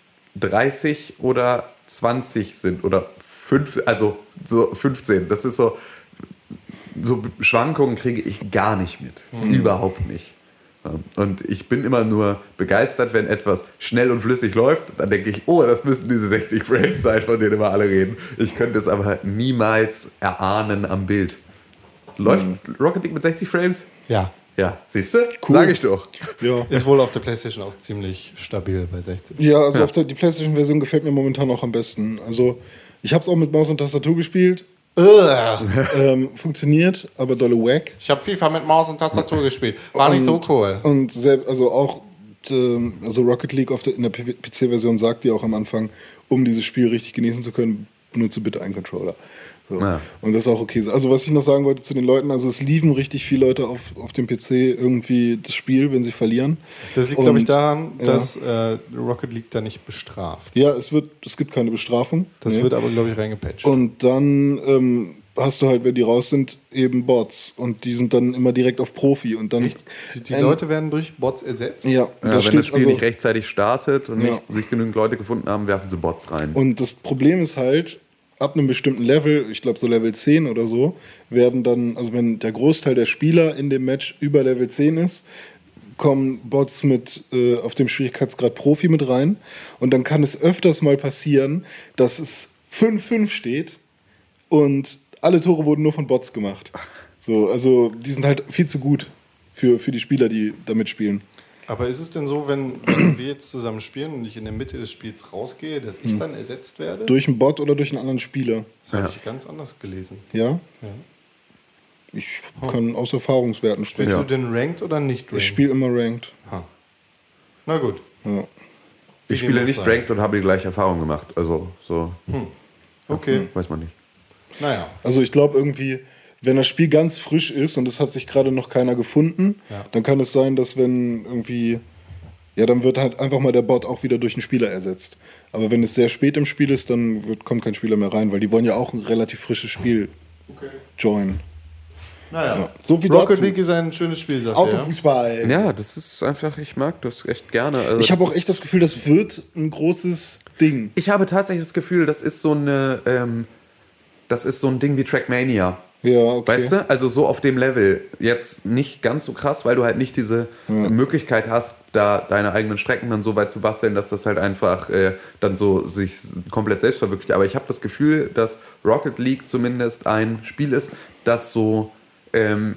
dreißig oder zwanzig sind oder fünf, also so fünfzehn. Das ist so, so Schwankungen kriege ich gar nicht mit. Überhaupt nicht. Ja, und ich bin immer nur begeistert, wenn etwas schnell und flüssig läuft. Dann denke ich, oh, das müssten diese sechzig Frames sein, von denen immer alle reden. Ich könnte es aber niemals erahnen am Bild. Läuft Rocket League mit sechzig Frames? Ja. Ja, siehst du? Cool. Sag ich doch. Ja. Ist wohl auf der PlayStation auch ziemlich stabil bei sechzig. Ja, also Ja. auf der die PlayStation-Version gefällt mir momentan auch am besten. Also ich habe es auch mit Maus und Tastatur gespielt. Ähm, funktioniert, aber dolle wack. Ich habe FIFA mit Maus und Tastatur gespielt. War nicht so cool. Und selbst, also auch ähm, also Rocket League auf der, in der P C-Version sagt dir auch am Anfang, um dieses Spiel richtig genießen zu können, benutze bitte einen Controller. So. Ja. Und das ist auch okay. Also was ich noch sagen wollte zu den Leuten, also es liefen richtig viele Leute auf, auf dem P C irgendwie das Spiel, wenn sie verlieren. Das liegt, glaube ich, Und, daran, ja. dass äh, Rocket League da nicht bestraft. Ja, es wird, es gibt keine Bestrafung. Das Nee. wird aber, glaube ich, reingepatcht. Und dann ähm, hast du halt, wenn die raus sind, eben Bots. Und die sind dann immer direkt auf Profi. Und dann Echt? Die, die Ähm, Leute werden durch Bots ersetzt? Ja, Ja, da wenn steht das Spiel also- nicht rechtzeitig startet und Ja. nicht sich genügend Leute gefunden haben, werfen sie Bots rein. Und das Problem ist halt, ab einem bestimmten Level, ich glaube so Level zehn oder so, werden dann, also wenn der Großteil der Spieler in dem Match über Level zehn ist, kommen Bots mit äh, auf dem Schwierigkeitsgrad Profi mit rein. Und dann kann es öfters mal passieren, dass es fünf fünf steht und alle Tore wurden nur von Bots gemacht. So, also die sind halt viel zu gut für, für die Spieler, die da mitspielen. Aber ist es denn so, wenn, wenn wir jetzt zusammen spielen und ich in der Mitte des Spiels rausgehe, dass ich dann ersetzt werde? Durch einen Bot oder durch einen anderen Spieler. Das habe Ja. ich ganz anders gelesen. Ja? Ja. Ich kann aus Erfahrungswerten sprechen. Spielst Ja. du denn Ranked oder nicht Ranked? Ich spiele immer Ranked. Ha. Na gut. Ja. Wie Ich dem spiele auch nicht sei. Ranked und habe die gleiche Erfahrung gemacht. Also so, Okay. weiß man nicht. Naja. Also ich glaube irgendwie, wenn das Spiel ganz frisch ist und es hat sich gerade noch keiner gefunden, Ja. dann kann es sein, dass wenn irgendwie, ja, dann wird halt einfach mal der Bot auch wieder durch einen Spieler ersetzt. Aber wenn es sehr spät im Spiel ist, dann wird, kommt kein Spieler mehr rein, weil die wollen ja auch ein relativ frisches Spiel joinen. Naja. Ja. So wie Rocket dazu. League ist ein schönes Spiel, sagt er. Ja? Autofußball. Ja, das ist einfach, ich mag das echt gerne. Also Ich habe das auch ist- echt das Gefühl, das wird ein großes Ding. Ich habe tatsächlich das Gefühl, das ist so eine, ähm, das ist so ein Ding wie Trackmania. Ja, okay. Weißt du? Also so auf dem Level. Jetzt nicht ganz so krass, weil du halt nicht diese Ja. Möglichkeit hast, da deine eigenen Strecken dann so weit zu basteln, dass das halt einfach äh, dann so sich komplett selbst verwirklicht. Aber ich habe das Gefühl, dass Rocket League zumindest ein Spiel ist, das so ähm,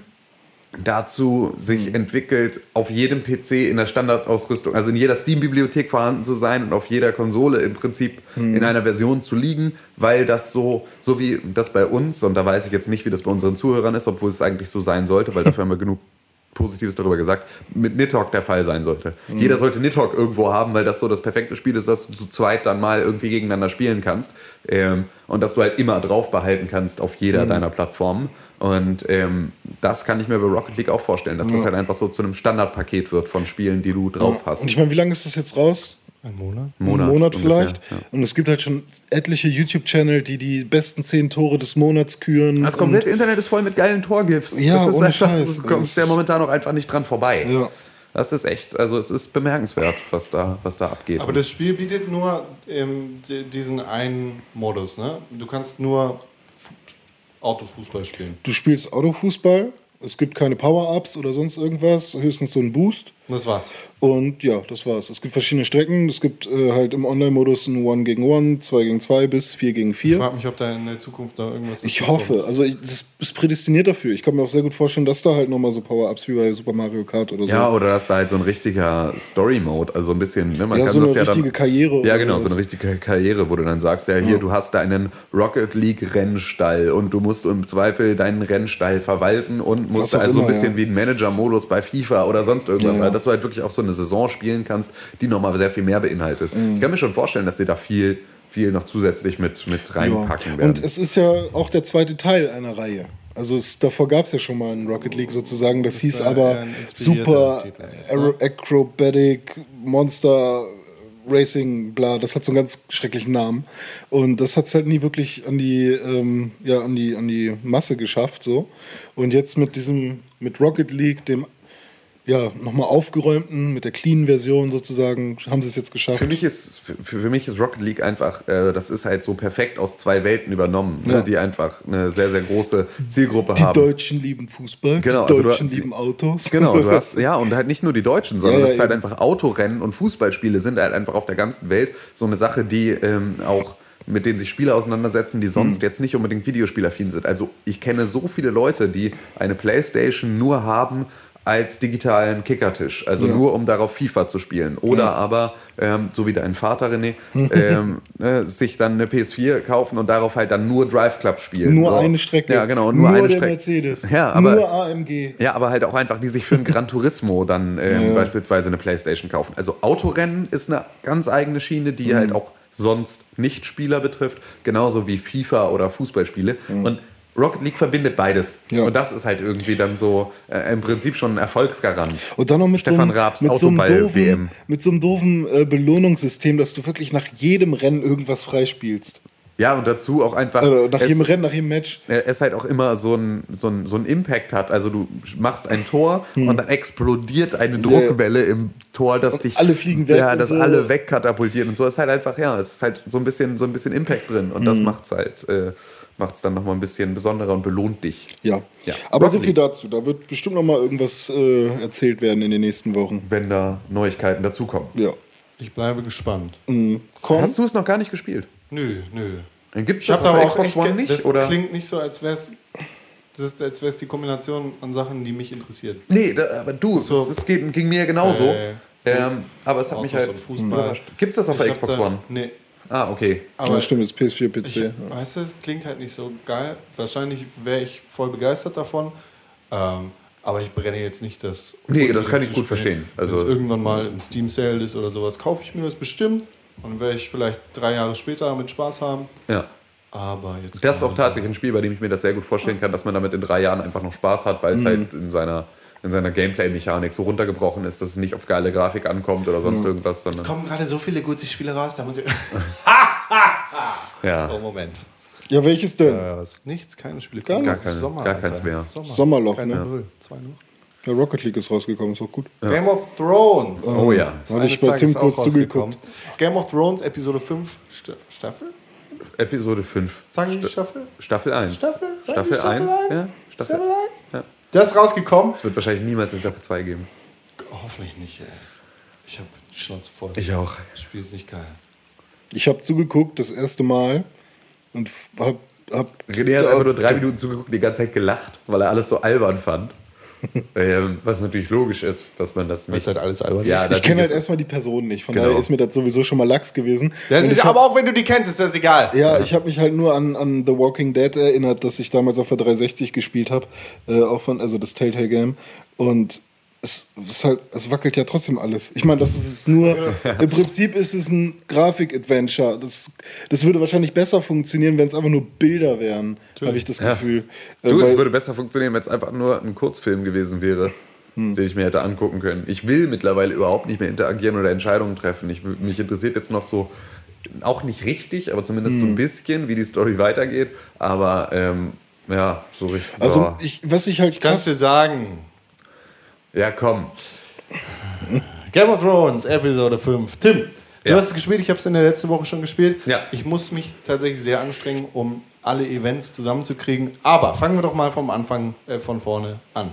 dazu sich Mhm. entwickelt, auf jedem P C in der Standardausrüstung, also in jeder Steam-Bibliothek vorhanden zu sein und auf jeder Konsole im Prinzip Mhm. in einer Version zu liegen, weil das so, so wie das bei uns, und da weiß ich jetzt nicht, wie das bei unseren Zuhörern ist, obwohl es eigentlich so sein sollte, weil dafür haben wir genug Positives darüber gesagt, mit Nidhogg der Fall sein sollte. Mhm. Jeder sollte Nidhogg irgendwo haben, weil das so das perfekte Spiel ist, das du zu zweit dann mal irgendwie gegeneinander spielen kannst ähm, und dass du halt immer drauf behalten kannst auf jeder Mhm. deiner Plattformen. Und ähm, das kann ich mir bei Rocket League auch vorstellen, dass das halt einfach so zu einem Standardpaket wird von Spielen, die du drauf hast. Und ich meine, wie lange ist das jetzt raus? Ein Monat? Monat Einen Monat ungefähr, vielleicht. ja. Und es gibt halt schon etliche YouTube-Channel, die die besten zehn Tore des Monats küren. Das komplette und, Internet ist voll mit geilen Torgifs. Ja, das ist ohne einfach, Scheiß. du kommst ja momentan auch einfach nicht dran vorbei. Ja. Das ist echt, also es ist bemerkenswert, was da, was da abgeht. Aber das Spiel bietet nur ähm, di- diesen einen Modus, ne? Du kannst nur Fu- Autofußball spielen. Du spielst Autofußball, es gibt keine Power-Ups oder sonst irgendwas, höchstens so einen Boost. Und das war's. Und ja, das war's. Es gibt verschiedene Strecken. Es gibt äh, halt im Online-Modus ein One gegen One, zwei gegen zwei bis vier gegen Ich vier. frage mich, ob da in der Zukunft noch irgendwas Ich dazu hoffe, kommt. also ich, das ist prädestiniert dafür. Ich kann mir auch sehr gut vorstellen, dass da halt nochmal so Power-Ups wie bei Super Mario Kart oder so. Ja, oder dass da halt so ein richtiger Story-Mode, also ein bisschen, ne, man Ja, kann so das eine ja richtige dann, Karriere Ja, oder genau, so sowas. eine richtige Karriere, wo du dann sagst, ja, hier, du hast da einen Rocket League Rennstall und du musst im Zweifel deinen Rennstall verwalten und musst auch da also immer, ein bisschen ja. wie ein Manager-Modus bei FIFA oder sonst irgendwas, Ja, ja. Also, dass du halt wirklich auch so eine Saison spielen kannst, die nochmal sehr viel mehr beinhaltet. Mhm. Ich kann mir schon vorstellen, dass sie da viel, viel noch zusätzlich mit, mit reinpacken Ja. werden. Und es ist ja auch der zweite Teil einer Reihe. Also es, davor gab es ja schon mal einen Rocket League sozusagen. Das, hieß war aber eher ein inspirierter Super Titel, Aero Acrobatic Monster Racing, bla. Das hat so einen ganz schrecklichen Namen. Und das hat es halt nie wirklich an die, ähm, ja, an die, an die Masse geschafft. So. Und jetzt mit diesem, mit Rocket League, dem ja, nochmal aufgeräumten, mit der clean-Version sozusagen, haben sie es jetzt geschafft. Für mich ist, für, für mich ist Rocket League einfach, äh, das ist halt so perfekt aus zwei Welten übernommen, Ja. ne, die einfach eine sehr, sehr große Zielgruppe Die haben. Deutschen lieben Fußball, Genau, die also du- Deutschen lieben Autos. Genau, du hast, ja, und halt nicht nur die Deutschen, sondern Ja, ja, das ist halt eben. einfach Autorennen und Fußballspiele sind halt einfach auf der ganzen Welt so eine Sache, die ähm, auch mit denen sich Spieler auseinandersetzen, die sonst Hm. jetzt nicht unbedingt Videospielaffin sind. Also ich kenne so viele Leute, die eine Playstation nur haben als digitalen Kickertisch, also Ja. nur um darauf FIFA zu spielen. Oder Ja. aber, ähm, so wie dein Vater René, ähm, ne, sich dann eine P S vier kaufen und darauf halt dann nur Drive Club spielen. Nur so. eine Strecke. Ja, genau, und nur, Nur eine der Strecke. Mercedes. Ja, aber, Nur A M G. ja, aber halt auch einfach, die sich für ein Gran Turismo dann ähm, Ja. beispielsweise eine Playstation kaufen. Also Autorennen ist eine ganz eigene Schiene, die Mhm. halt auch sonst nicht Spieler betrifft, genauso wie FIFA oder Fußballspiele. Und Rocket League verbindet beides. Mhm. Ja. Und das ist halt irgendwie dann so äh, im Prinzip schon ein Erfolgsgarant. Und dann noch mit Stefan so einem, Raabs mit so einem Autoball-W M. doofen, mit so einem doofen äh, Belohnungssystem, dass du wirklich nach jedem Rennen irgendwas freispielst. Ja, und dazu auch einfach. Also nach es- jedem Rennen, nach jedem Match. äh, es halt auch immer so ein, so, ein, so ein Impact hat. Also du machst ein Tor und dann explodiert eine Druckwelle im Tor, dass dich alle fliegen weg Ja, und dass so. alle wegkatapultiert und so. Es ist halt einfach, ja, es ist halt so ein bisschen, so ein bisschen Impact drin und das macht's halt, äh, macht's dann nochmal ein bisschen besonderer und belohnt dich. Ja. Ja. Aber Rocket so viel dazu. Da wird bestimmt noch mal irgendwas äh, erzählt werden in den nächsten Wochen. Wenn da Neuigkeiten dazukommen. Ja. Ich bleibe gespannt. Mhm. Korn? Hast du es noch gar nicht gespielt? Nö, nö. Gibt es Ich das habe auf aber der auch Xbox echt, One ge- nicht? das Oder? klingt nicht so, als wäre es als wär's die Kombination an Sachen, die mich interessieren. Nee, da, aber du, So. es, es geht, ging mir genauso. Äh, ähm, aber es hat mich Autos halt und Fußball. überrascht. Gibt es das auf Ich der hab Xbox da- One? Nee. Ah, okay. Aber ja, stimmt, jetzt P S vier, P ich, C. weißt du, es klingt halt nicht so geil. Wahrscheinlich wäre ich voll begeistert davon. Ähm, aber ich brenne jetzt nicht das. Nee, das kann ich gut Spiel. verstehen. Also Also- wenn es irgendwann mal im Steam Sale ist oder sowas, kaufe ich mir das bestimmt. Und dann werde ich vielleicht drei Jahre später damit Spaß haben. Ja. Aber jetzt. Das ist auch tatsächlich ein Spiel, bei dem ich mir das sehr gut vorstellen kann, dass man damit in drei Jahren einfach noch Spaß hat, weil es halt in seiner, in seiner Gameplay-Mechanik so runtergebrochen ist, dass es nicht auf geile Grafik ankommt oder sonst irgendwas, sondern. Es kommen gerade so viele gute Spiele raus, da muss ich. Ja. Oh, Moment. Ja, welches denn? Äh, was? Nichts, keine Spiele. Gar Gar nichts. keine- Sommer, gar Alter. keins mehr. Sommer. Sommerloch, Keine ne? Null. Zwei noch. Ja, Rocket League ist rausgekommen, ist auch gut. Game of Thrones. Oh ja. Habe ich bei Tim kurz zugeguckt. Game of Thrones Episode fünf St Staffel? Episode fünf. Sagen die Staffel? Staffel eins. Staffel? Sagen Staffel die Staffel eins? eins? Ja, Staffel, Staffel eins? Ja. Das ist rausgekommen? Es wird wahrscheinlich niemals eine Staffel zwei geben. Hoffentlich nicht, ey. Ich hab die Schnauze voll. Ich auch. Das Spiel ist nicht geil. Ich habe zugeguckt das erste Mal und f- hab, hab René hat einfach nur drei Minuten zugeguckt und die ganze Zeit gelacht, weil er alles so albern fand. ähm, was natürlich logisch ist, dass man das Weil nicht... es halt alles albern Ja, ist. Ich kenne halt natürlich ist- erstmal die Person nicht, von Genau. daher ist mir das sowieso schon mal Lachs gewesen. Das Und ist ich hab, aber auch wenn du die kennst, ist das egal. Ja, ich habe mich halt nur an, an The Walking Dead erinnert, dass ich damals auf der dreihundertsechzig gespielt habe, äh, auch von, also das Telltale Game. Und es, es, halt, es wackelt ja trotzdem alles. Ich meine, das ist nur, im Prinzip ist es ein Grafik-Adventure. Das, das würde wahrscheinlich besser funktionieren, wenn es einfach nur Bilder wären, habe ich das Ja. Gefühl. Äh, Du, es weil- würde besser funktionieren, wenn es einfach nur ein Kurzfilm gewesen wäre, Hm. den ich mir hätte angucken können. Ich will mittlerweile überhaupt nicht mehr interagieren oder Entscheidungen treffen. Ich, mich interessiert jetzt noch so, auch nicht richtig, aber zumindest Hm. so ein bisschen, wie die Story weitergeht. Aber ähm, ja, so richtig. also, boah. ich, was ich halt Kannst krass... du sagen, Ja, komm. Game of Thrones, Episode fünf. Tim, du Ja. hast es gespielt, ich habe es in der letzten Woche schon gespielt. Ja. Ich muss mich tatsächlich sehr anstrengen, um alle Events zusammenzukriegen. Aber fangen wir doch mal vom Anfang, äh, von vorne an.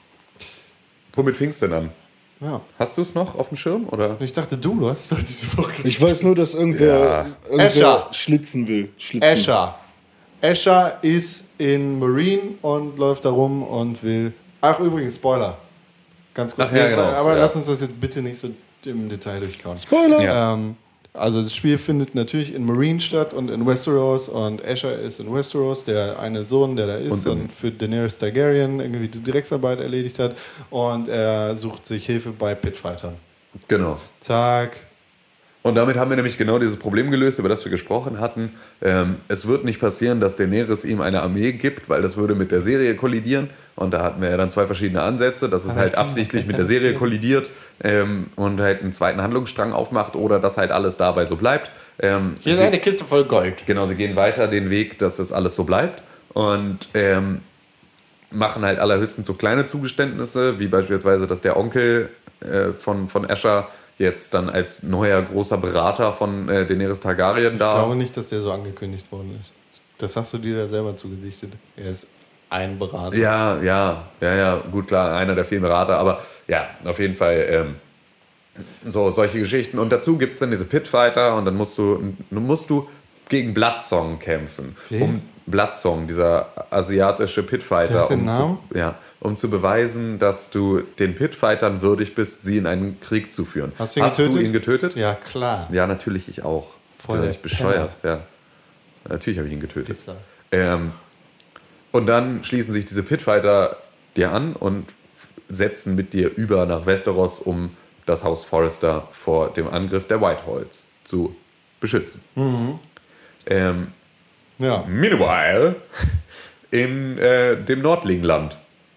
Womit fing's denn an? Ja. Hast du es noch auf dem Schirm? Oder? Und ich dachte, du, du hast doch diese Woche Ich weiß nur, dass irgendwer, Ja. irgendwer Escher. schlitzen will. Schlitzen. Escher. Escher ist in Marine und läuft da rum und will. Ach, übrigens, Spoiler. Ganz kurz. Ach ja, genau, Aber ja. lass uns das jetzt bitte nicht so im Detail durchkauen. Spoiler! Ja. Ähm, also das Spiel findet natürlich in Marine statt und in Westeros und Escher ist in Westeros, der eine Sohn, der da ist Und und, in- für Daenerys Targaryen irgendwie die Drecksarbeit erledigt hat und er sucht sich Hilfe bei Pitfightern. Genau. Zack. Und damit haben wir nämlich genau dieses Problem gelöst, über das wir gesprochen hatten. Ähm, es wird nicht passieren, dass Daenerys ihm eine Armee gibt, weil das würde mit der Serie kollidieren. Und da hatten wir ja dann zwei verschiedene Ansätze, dass es halt absichtlich mit der Serie kollidiert ähm, und halt einen zweiten Handlungsstrang aufmacht oder dass halt alles dabei so bleibt. Ähm, Hier ist sie- eine Kiste voll Gold. Genau, sie gehen weiter den Weg, dass das alles so bleibt und ähm, machen halt allerhöchstens so kleine Zugeständnisse, wie beispielsweise, dass der Onkel äh, von, von Escher jetzt dann als neuer großer Berater von äh, Daenerys Targaryen Ich da. glaube nicht, dass der so angekündigt worden ist. Das hast du dir da selber zugedichtet. Er ist ein Berater. Ja, ja, ja, ja, gut, klar, einer der vielen Berater, aber ja, auf jeden Fall ähm, so solche Geschichten. Und dazu gibt es dann diese Pitfighter und dann musst du, musst du gegen Bloodsong kämpfen. Wen? Um Bloodsong, dieser asiatische Pitfighter. Der hat den um Namen? Zu, ja, um zu beweisen, dass du den Pitfightern würdig bist, sie in einen Krieg zu führen. Hast du ihn getötet? du ihn getötet? Ja, klar. Ja, natürlich, ich auch. Voll Bin der ich bescheuert, ja. Natürlich habe ich ihn getötet. Pisser. Ähm, und dann schließen sich diese Pitfighter dir an und setzen mit dir über nach Westeros, um das Haus Forrester vor dem Angriff der Whitehalls zu beschützen. Mhm. Ähm, Ja. meanwhile in äh, dem Nordlingland.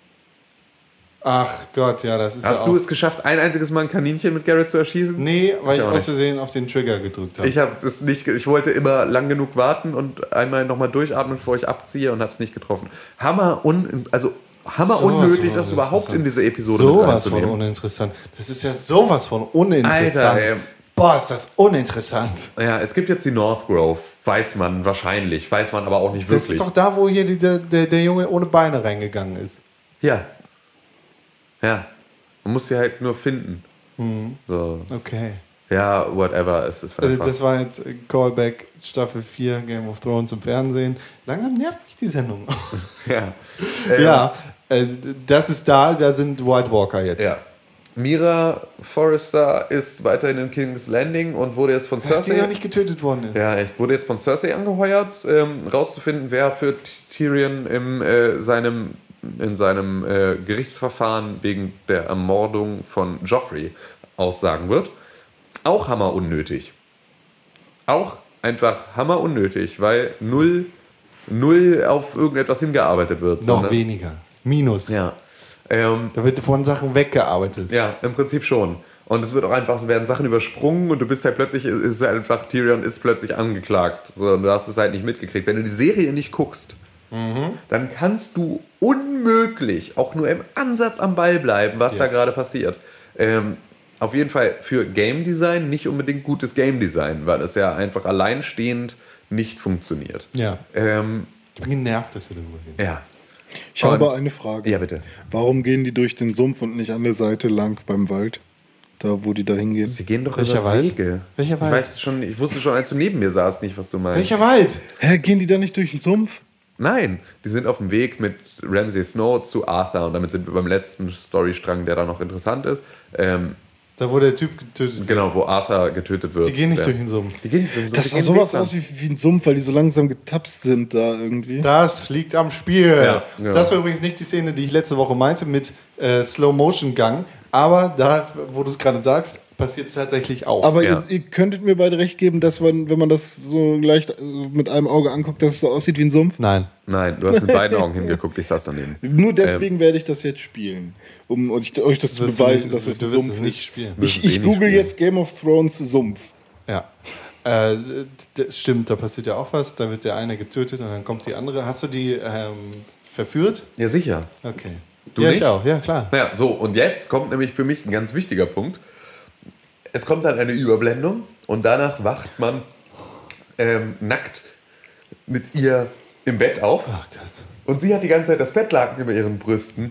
Ach Gott, ja, das ist Hast ja du auch... es geschafft, ein einziges Mal ein Kaninchen mit Garrett zu erschießen? Nee, weil ich Ich auch aus nicht. Versehen auf den Trigger gedrückt habe. Ich habe es nicht. ge- Ich wollte immer lang genug warten und einmal nochmal durchatmen, bevor ich abziehe und habe es nicht getroffen. Hammer un, also Hammer Sowas unnötig, von das überhaupt in diese Episode mit Sowas von reinzunehmen. uninteressant. Das ist ja sowas von uninteressant. Alter, ey. Boah, ist das uninteressant. Ja, es gibt jetzt die North Grove, weiß man wahrscheinlich, weiß man aber auch nicht Das wirklich. ist doch da, wo hier die, der, der, der Junge ohne Beine reingegangen ist. Ja. Ja. Man muss sie halt nur finden. Mhm. So. Okay. Ja, whatever. Es ist Also einfach. das war jetzt Callback Staffel vier Game of Thrones im Fernsehen. Langsam nervt mich die Sendung. ja. Ähm, Ja, äh, das ist da, da sind White Walker jetzt. ja. Mira Forrester ist weiterhin in King's Landing und wurde jetzt von Dass die Cersei. noch nicht getötet worden ist. Ja, echt. Wurde jetzt von Cersei angeheuert, ähm, rauszufinden, wer für T- Tyrion im, äh, seinem, in seinem äh, Gerichtsverfahren wegen der Ermordung von Joffrey aussagen wird. Auch hammer unnötig. Auch einfach hammer unnötig, weil null, null auf irgendetwas hingearbeitet wird. Noch sondern- weniger. Minus. Ja. Ähm, Da wird von Sachen weggearbeitet. ja, im Prinzip schon. Und es wird auch einfach, es werden Sachen übersprungen und du bist halt plötzlich, ist ist halt einfach, Tyrion ist plötzlich angeklagt. So, und du hast es halt nicht mitgekriegt. Wenn du die Serie nicht guckst, dann kannst du unmöglich auch nur im Ansatz am Ball bleiben, was da Yes. gerade passiert. Ähm, auf jeden Fall für Game Design nicht unbedingt gutes Game Design, weil es ja einfach alleinstehend nicht funktioniert. Ja. Ähm, Ich bin genervt, dass wir darüber reden. ja. Ich habe Und- eine Frage. Ja, bitte. Warum gehen die durch den Sumpf und nicht an der Seite lang beim Wald? Da, wo die da hingehen. Sie gehen doch Welcher über Wald? Wege. Welcher Wald? Ich, weiß schon, ich wusste schon, als du neben mir saßt, nicht, was du meinst. Welcher Wald? Hä, gehen die da nicht durch den Sumpf? Nein, die sind auf dem Weg mit Ramsay Snow zu Arthur und damit sind wir beim letzten Storystrang, der da noch interessant ist. Ähm, Da, wo der Typ getötet wird. genau, wo Arthur getötet wird. Die gehen nicht ja. durch den Sumpf. Die gehen nicht durch den Sumpf. Das die sah gehen sowas den Weg aus wie, wie ein Sumpf, weil die so langsam getapst sind da irgendwie. Das liegt am Spiel. Ja, ja. Das war übrigens nicht die Szene, die ich letzte Woche meinte mit äh, Slow-Motion-Gang. Aber da, wo du es gerade sagst, passiert es tatsächlich auch. Aber Ja. ihr, ihr könntet mir beide recht geben, dass man, wenn man das so leicht äh, mit einem Auge anguckt, dass es so aussieht wie ein Sumpf. Nein. Nein, du hast mit beiden Augen hingeguckt, ich saß daneben. Nur deswegen werde ich das jetzt spielen, um euch, euch das zu wirst du beweisen, nicht- dass es du ein wirst Sumpf es nicht ist. spielen. Ich, Wirst es eh ich nicht google spielen. jetzt Game of Thrones Sumpf. Ja. Äh, d- d- stimmt, da passiert ja auch was. Da wird der eine getötet und dann kommt die andere. Hast du die ähm, verführt? Ja, sicher. Okay. Du ja, nicht? ich auch. Ja, klar. Naja, so, und jetzt kommt nämlich für mich ein ganz wichtiger Punkt. Es kommt dann eine Überblendung und danach wacht man ähm, nackt mit ihr im Bett auf. Ach Gott. Und sie hat die ganze Zeit das Bettlaken über ihren Brüsten.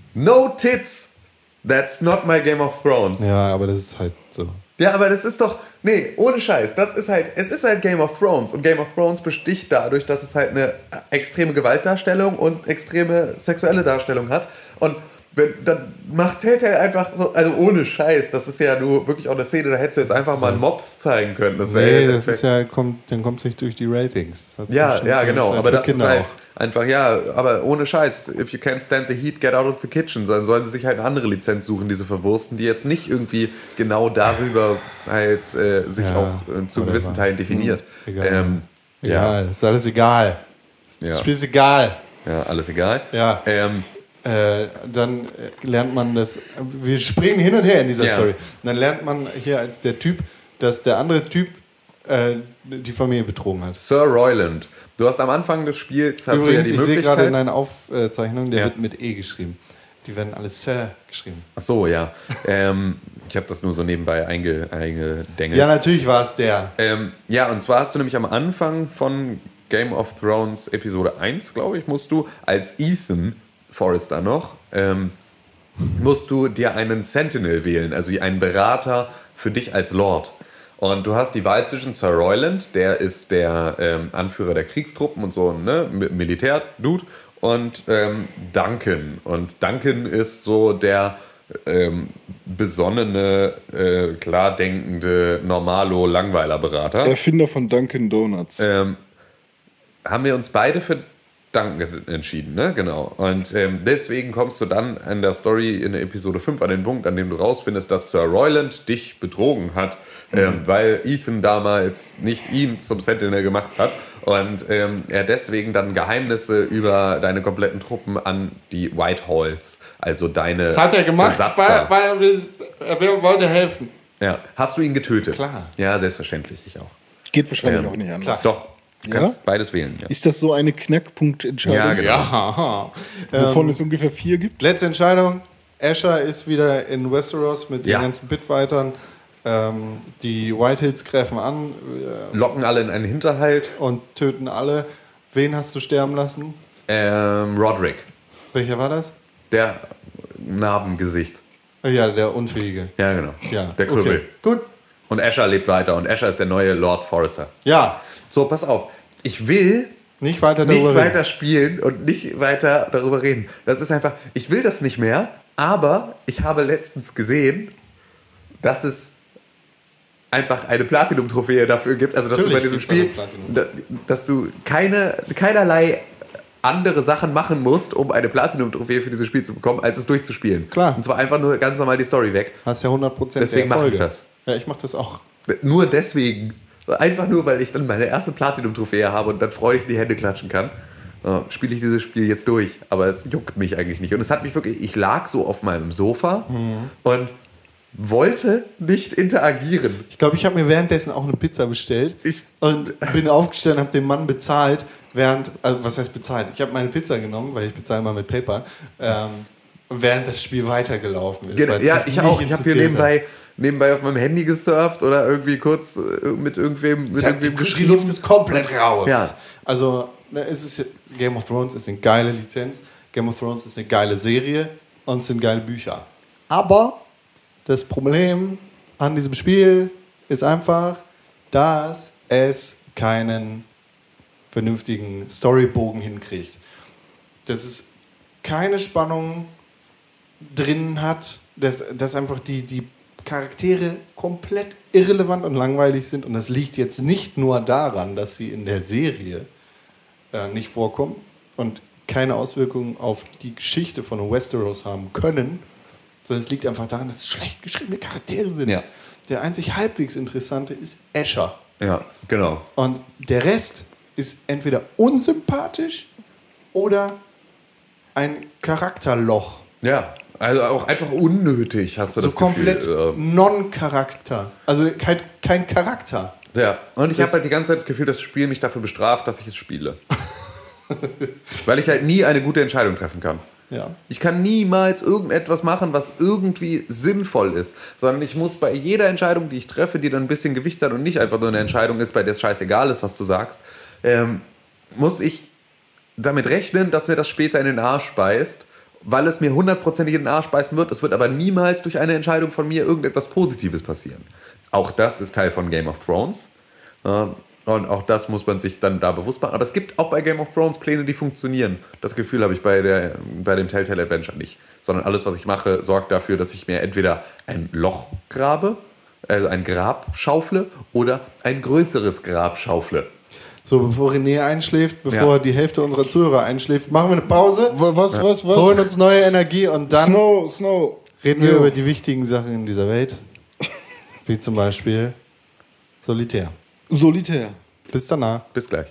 No tits! That's not my Game of Thrones. Ja, Ja, aber das ist halt so. aber das ist doch... Nee, ohne Scheiß. Das ist halt... Es ist halt Game of Thrones. Und Game of Thrones besticht dadurch, dass es halt eine extreme Gewaltdarstellung und extreme sexuelle Darstellung hat. Und wenn, dann macht Telltale einfach so... Also ohne Scheiß. Das ist ja nur wirklich auch eine Szene, da hättest du jetzt einfach mal einen Mops zeigen können. Das wäre Nee, ja- das ist ja, kommt, dann kommt es nicht durch die Ratings. Das hat Ja, bestimmt ja, so genau. vielleicht Aber für das Kinder ist halt auch. einfach, ja, aber ohne Scheiß. If you can't stand the heat, get out of the kitchen. Dann sollen sie sich halt eine andere Lizenz suchen, diese verwursten, die jetzt nicht irgendwie genau darüber halt äh, sich Ja, auch äh, zu whatever. gewissen Teilen definiert. Egal. Ähm, Egal, ist alles egal. Das Ja. Spiel ist egal. ja, alles egal. Ja. Ähm, Äh, dann äh, lernt man das. Wir springen hin und her in dieser Ja. Story. Und dann lernt man hier als der Typ, dass der andere Typ äh, die Familie betrogen hat. Sir Royland. Du hast am Anfang des Spiels hast Übrigens, du ja ich die sehe gerade in Möglichkeit... einer Aufzeichnung, der Ja. wird mit E geschrieben. Die werden alle Sir geschrieben. Ach so, ja. ähm, ich habe das nur so nebenbei einge, eingedengelt. Ja, natürlich war es der. Ähm, ja, und zwar hast du nämlich am Anfang von Game of Thrones Episode eins, glaube ich, musst du als Ethan Forrester noch, ähm, musst du dir einen Sentinel wählen, also einen Berater für dich als Lord. Und du hast die Wahl zwischen Sir Royland, der ist der ähm, Anführer der Kriegstruppen und so, ne, Mi- Militär-Dude, und ähm, Duncan. Und Duncan ist so der ähm, besonnene, äh, klar denkende Normalo-Langweiler-Berater. Erfinder von Dunkin' Donuts. Ähm, haben wir uns beide für Duncan entschieden, ne? Genau. Und ähm, deswegen kommst du dann an der Story in der Episode fünf an den Punkt, an dem du rausfindest, dass Sir Royland dich betrogen hat, ähm, weil Ethan damals nicht ihn zum Sentinel gemacht hat und ähm, er deswegen dann Geheimnisse über deine kompletten Truppen an die Whitehalls, also deine Das hat er gemacht, Besatzer. weil, weil er, will, er will- wollte helfen. Ja. Hast du ihn getötet? Klar. Ja, selbstverständlich, ich auch. Geht wahrscheinlich Ähm, auch nicht anders. Doch, du Ja? kannst beides wählen. Ja, Ist das so eine Knackpunktentscheidung, ja genau. Ja. wovon es ungefähr vier gibt? Letzte Entscheidung. Asher ist wieder in Westeros mit Ja. den ganzen Bitfightern. Ähm, die Whitehills greifen an äh, Locken alle in einen Hinterhalt. und töten alle. Wen hast du sterben lassen? Ähm, Roderick, Welcher war das? der Narbengesicht. Äh, Ja, der Unfähige. Ja, genau. Ja. Der Krüppel. Okay. Gut. Und Asher lebt weiter und Asher ist der neue Lord Forrester. Ja. So, pass auf. Ich will Nicht weiter nicht darüber weiter reden. spielen und nicht weiter darüber reden. Das ist einfach, ich will das nicht mehr, aber ich habe letztens gesehen, dass es einfach eine Platinum-Trophäe dafür gibt, also dass du bei Natürlich diesem gibt's Spiel, eine Platinum. da- dass du keine, keinerlei andere Sachen machen musst, um eine Platinum-Trophäe für dieses Spiel zu bekommen, als es durchzuspielen. Klar. Und zwar einfach nur ganz normal die Story weg. Hast ja hundert Prozent Deswegen der mach ich Erfolge. das. Ja, ich mach das auch. Nur deswegen. Einfach nur, weil ich dann meine erste Platinum-Trophäe habe und dann freudig in die Hände klatschen kann, äh, spiele ich dieses Spiel jetzt durch. Aber es juckt mich eigentlich nicht. Und es hat mich wirklich, ich lag so auf meinem Sofa und wollte nicht interagieren. Ich glaube, ich habe mir währenddessen auch eine Pizza bestellt Ich- und bin aufgestanden, habe den Mann bezahlt, während, also was heißt bezahlt? Ich habe meine Pizza genommen, weil ich bezahle mal mit PayPal, ähm, während das Spiel weitergelaufen ist. Genau, weil es ja, mich ich nicht auch. Ich habe hier interessiert nebenbei nebenbei auf meinem Handy gesurft oder irgendwie kurz äh, mit irgendwem mit Sagt, irgendwem die, die Luft ist komplett raus. Ja. Also, ne, es ist, Game of Thrones ist eine geile Lizenz, Game of Thrones ist eine geile Serie und es sind geile Bücher. Aber das Problem an diesem Spiel ist einfach, dass es keinen vernünftigen Storybogen hinkriegt. Dass es keine Spannung drin hat, dass, dass einfach die, die Charaktere komplett irrelevant und langweilig sind. Und das liegt jetzt nicht nur daran, dass sie in der Serie äh, nicht vorkommen und keine Auswirkungen auf die Geschichte von Westeros haben können, sondern es liegt einfach daran, dass es schlecht geschriebene Charaktere sind. Ja. Der einzig halbwegs interessante ist Asher. Ja, genau. Und der Rest ist entweder unsympathisch oder ein Charakterloch. Ja, also auch einfach unnötig, hast du So das komplett Gefühl. ähm, Non-Charakter. Also kein, kein Charakter. Ja, und ich Das- habe halt die ganze Zeit das Gefühl, das Spiel mich dafür bestraft, dass ich es spiele. Weil ich halt nie eine gute Entscheidung treffen kann. Ja. Ich kann niemals irgendetwas machen, was irgendwie sinnvoll ist, sondern ich muss bei jeder Entscheidung, die ich treffe, die dann ein bisschen Gewicht hat und nicht einfach nur eine Entscheidung ist, bei der es scheißegal ist, was du sagst, ähm, muss ich damit rechnen, dass mir das später in den Arsch beißt, weil es mir hundertprozentig in den Arsch beißen wird. Es wird aber niemals durch eine Entscheidung von mir irgendetwas Positives passieren. Auch das ist Teil von Game of Thrones. Ähm, Und auch das muss man sich dann da bewusst machen. Aber es gibt auch bei Game of Thrones Pläne, die funktionieren. Das Gefühl habe ich bei, der, bei dem Telltale Adventure nicht. Sondern alles, was ich mache, sorgt dafür, dass ich mir entweder ein Loch grabe, also ein Grab schaufle, oder ein größeres Grab schaufle. So, bevor René einschläft, bevor Ja. die Hälfte unserer Zuhörer einschläft, machen wir eine Pause, Was, was, was? was? holen uns neue Energie und dann Snow, Snow. reden wir Jo. über die wichtigen Sachen in dieser Welt. Wie zum Beispiel Solitär. Solitär. Bis danach. Bis gleich.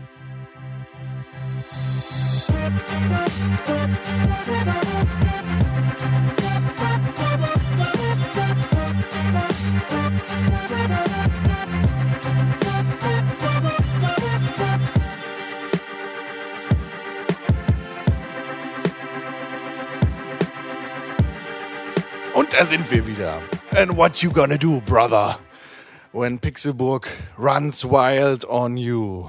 Und da sind wir wieder. And what you gonna do, brother? When Pixelburg runs wild on you.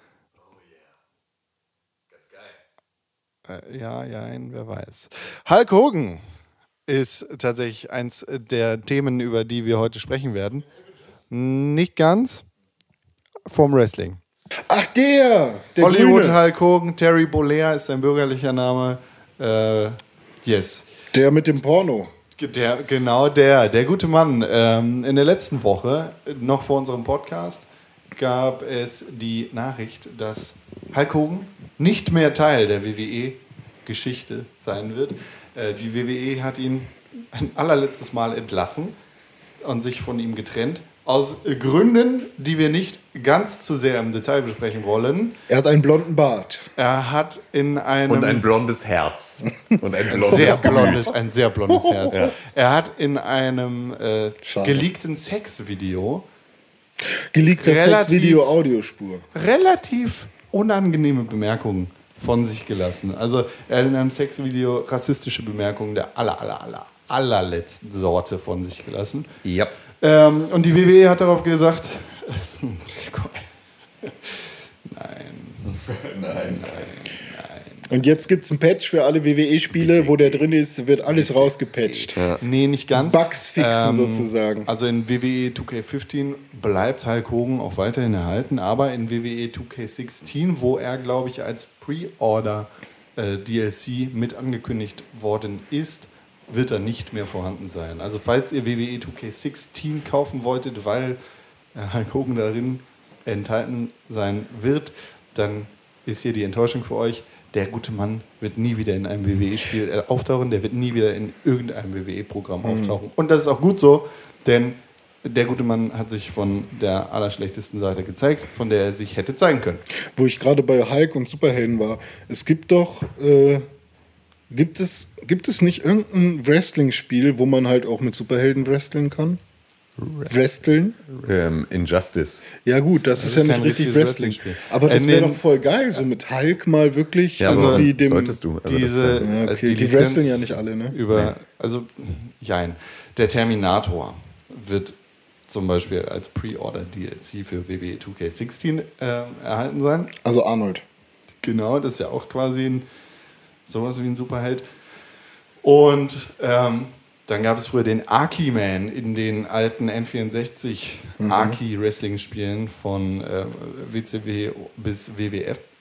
Äh, Ja, ja, wer weiß. Hulk Hogan ist tatsächlich eins der Themen, über die wir heute sprechen werden. Nicht ganz. Vom Wrestling. Ach, der! Der Hollywood Grüne. Hulk Hogan, Terry Bollea ist sein bürgerlicher Name. Äh, yes. Der mit dem Porno. Der, genau der, der gute Mann. Ähm, in der letzten Woche, noch vor unserem Podcast, gab es die Nachricht, dass Hulk Hogan nicht mehr Teil der W W E-Geschichte sein wird. Äh, die W W E hat ihn ein allerletztes Mal entlassen und sich von ihm getrennt. Aus Gründen, die wir nicht ganz zu sehr im Detail besprechen wollen. Er hat einen blonden Bart. Er hat in einem... Und ein blondes Herz. Und ein blondes sehr Gemüt. blondes, ein sehr blondes Herz. Ja. Er hat in einem äh, Schade. geleakten Sexvideo Geleakter Relativ- Sex-Video-Audiospur. relativ unangenehme Bemerkungen von sich gelassen. Also er hat in einem Sexvideo rassistische Bemerkungen der aller, aller, aller, allerletzten Sorte von sich gelassen. Ja. Ähm, und die W W E hat darauf gesagt, nein, Nein. Und jetzt gibt es ein Patch für alle W W E-Spiele, wo der drin ist, wird alles rausgepatcht. nee, nicht ganz. Bugs fixen Ähm, sozusagen. Also in W W E two K fifteen bleibt Hulk Hogan auch weiterhin erhalten, aber in W W E two K sixteen, wo er, glaube ich, als Pre-Order äh, D L C mit angekündigt worden ist, wird er nicht mehr vorhanden sein. Also falls ihr W W E two K sixteen kaufen wolltet, weil äh, Hulk Hogan darin enthalten sein wird, dann ist hier die Enttäuschung für euch. Der gute Mann wird nie wieder in einem W W E-Spiel auftauchen, der wird nie wieder in irgendeinem W W E-Programm auftauchen. Und das ist auch gut so, denn der gute Mann hat sich von der allerschlechtesten Seite gezeigt, von der er sich hätte zeigen können. Wo ich gerade bei Hulk und Superhelden war. Es gibt doch, äh, gibt es, gibt es nicht irgendein Wrestling-Spiel, wo man halt auch mit Superhelden wresteln kann? Wresteln? Ähm, Injustice. Ja gut, das, ist ja kein nicht richtig richtiges Wrestling. Wrestling-Spiel. Aber das In wäre den- doch voll geil, so mit Hulk mal wirklich Ja, Also, aber irgendwie dem... solltest du. Also Diese, Ja, äh, okay, die, die Lizenz wresteln ja nicht alle, ne? Über, also, jein. Der Terminator wird zum Beispiel als Pre-Order-D L C für W W E zwei K sechzehn äh, erhalten sein. Also Arnold. Genau, das ist ja auch quasi ein, sowas wie ein Superheld. Und ähm, dann gab es früher den Aki-Man in den alten N vierundsechzig Mhm. Aki-Wrestling-Spielen von äh, W C W bis W W F.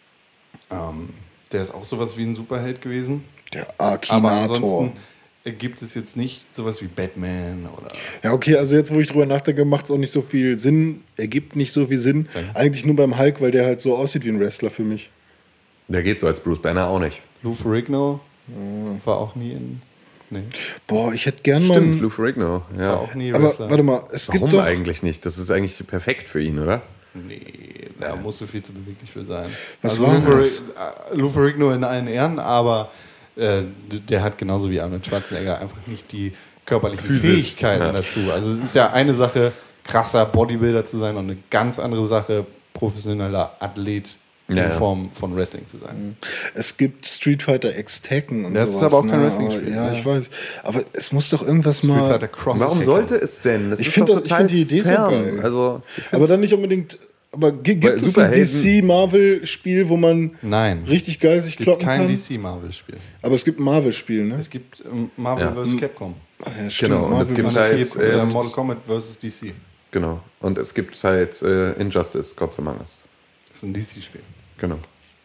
Ähm, der ist auch sowas wie ein Superheld gewesen. Der Aber Akinator. ansonsten gibt es jetzt nicht sowas wie Batman oder... Ja, okay, also jetzt, wo ich drüber nachdenke, macht es auch nicht so viel Sinn, ergibt nicht so viel Sinn. Danke. Eigentlich nur beim Hulk, weil der halt so aussieht wie ein Wrestler für mich. Der geht so als Bruce Banner auch nicht. Lou Ferrigno war auch nie in... Nee, Boah, ich hätte gern Stimmt, mal... Lou Ferrigno. war Ja. auch nie Aber Wrestler. warte mal, es Warum gibt doch... eigentlich nicht? Das ist eigentlich perfekt für ihn, oder? Nee, da musst du viel zu beweglich für sein. Was also war Lou, das? Ferri äh, Lou Ferrigno in allen Ehren, aber äh, der hat genauso wie Arnold Schwarzenegger einfach nicht die körperlichen Physis, Fähigkeiten ja. dazu. Also es ist ja eine Sache, krasser Bodybuilder zu sein und eine ganz andere Sache, professioneller Athlet in Ja, ja. Form von Wrestling zu sein. Es gibt Street Fighter X Tekken und Das ist sowas. aber auch kein ne? Wrestling-Spiel, Aber, Ja, ja. ich weiß. Aber es muss doch irgendwas Street mal... Fighter Cross Warum Tekken. sollte es denn? Das Ich ist find doch das- ich total find die Idee so fern. geil. Also, ich Aber find's- dann nicht unbedingt... Aber gi- gibt Weil es ein D Superhelden- C-Marvel-Spiel, wo man Nein. richtig geil sich Es gibt kloppen kein kann? D C-Marvel-Spiel. Aber es gibt ein Marvel-Spiel, ne? Es gibt ähm, Marvel Ja. versus. Capcom. Ah, ja, stimmt, Genau, und es Marvel gibt Und versus- halt- es gibt äh, ähm, Mortal Kombat versus. D C. Genau. Und es gibt halt äh, Injustice, Gods Among Us. Das ist ein D C-Spiel. Genau.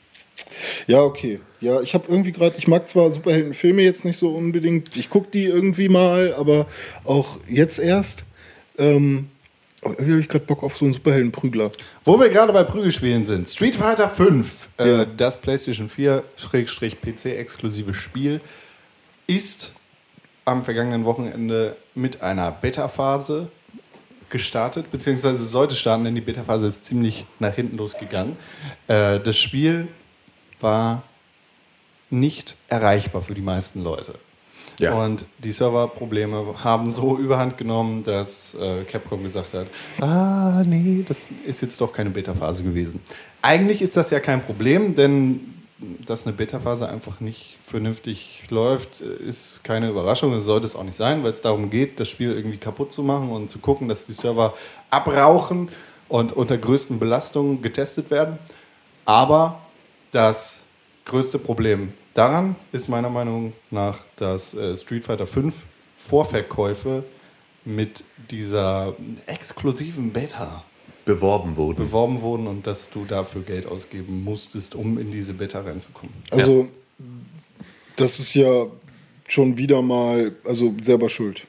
Ja, okay. Ja, ich habe irgendwie gerade, ich mag zwar Superheldenfilme jetzt nicht so unbedingt, ich gucke die irgendwie mal, aber auch jetzt erst. Ähm, aber irgendwie habe ich gerade Bock auf so einen Superheldenprügler. Wo wir gerade bei Prügelspielen sind. Street Fighter fünf, Ja. äh, das PlayStation vier P C-exklusive Spiel, ist am vergangenen Wochenende mit einer Beta-Phase gestartet, beziehungsweise sollte starten, denn die Beta-Phase ist ziemlich nach hinten losgegangen. Äh, das Spiel war nicht erreichbar für die meisten Leute. Ja. Und die Serverprobleme haben so überhand genommen, dass äh, Capcom gesagt hat, ah nee, das ist jetzt doch keine Beta-Phase gewesen. Eigentlich ist das ja kein Problem, denn dass eine Beta-Phase einfach nicht vernünftig läuft, ist keine Überraschung. Das sollte es auch nicht sein, weil es darum geht, das Spiel irgendwie kaputt zu machen und zu gucken, dass die Server abrauchen und unter größten Belastungen getestet werden. Aber das größte Problem daran ist meiner Meinung nach, dass äh, Street Fighter fünf Vorverkäufe mit dieser exklusiven Beta Beworben wurden. beworben wurden und dass du dafür Geld ausgeben musstest, um in diese Beta reinzukommen. Also, das ist ja schon wieder mal, also selber schuld.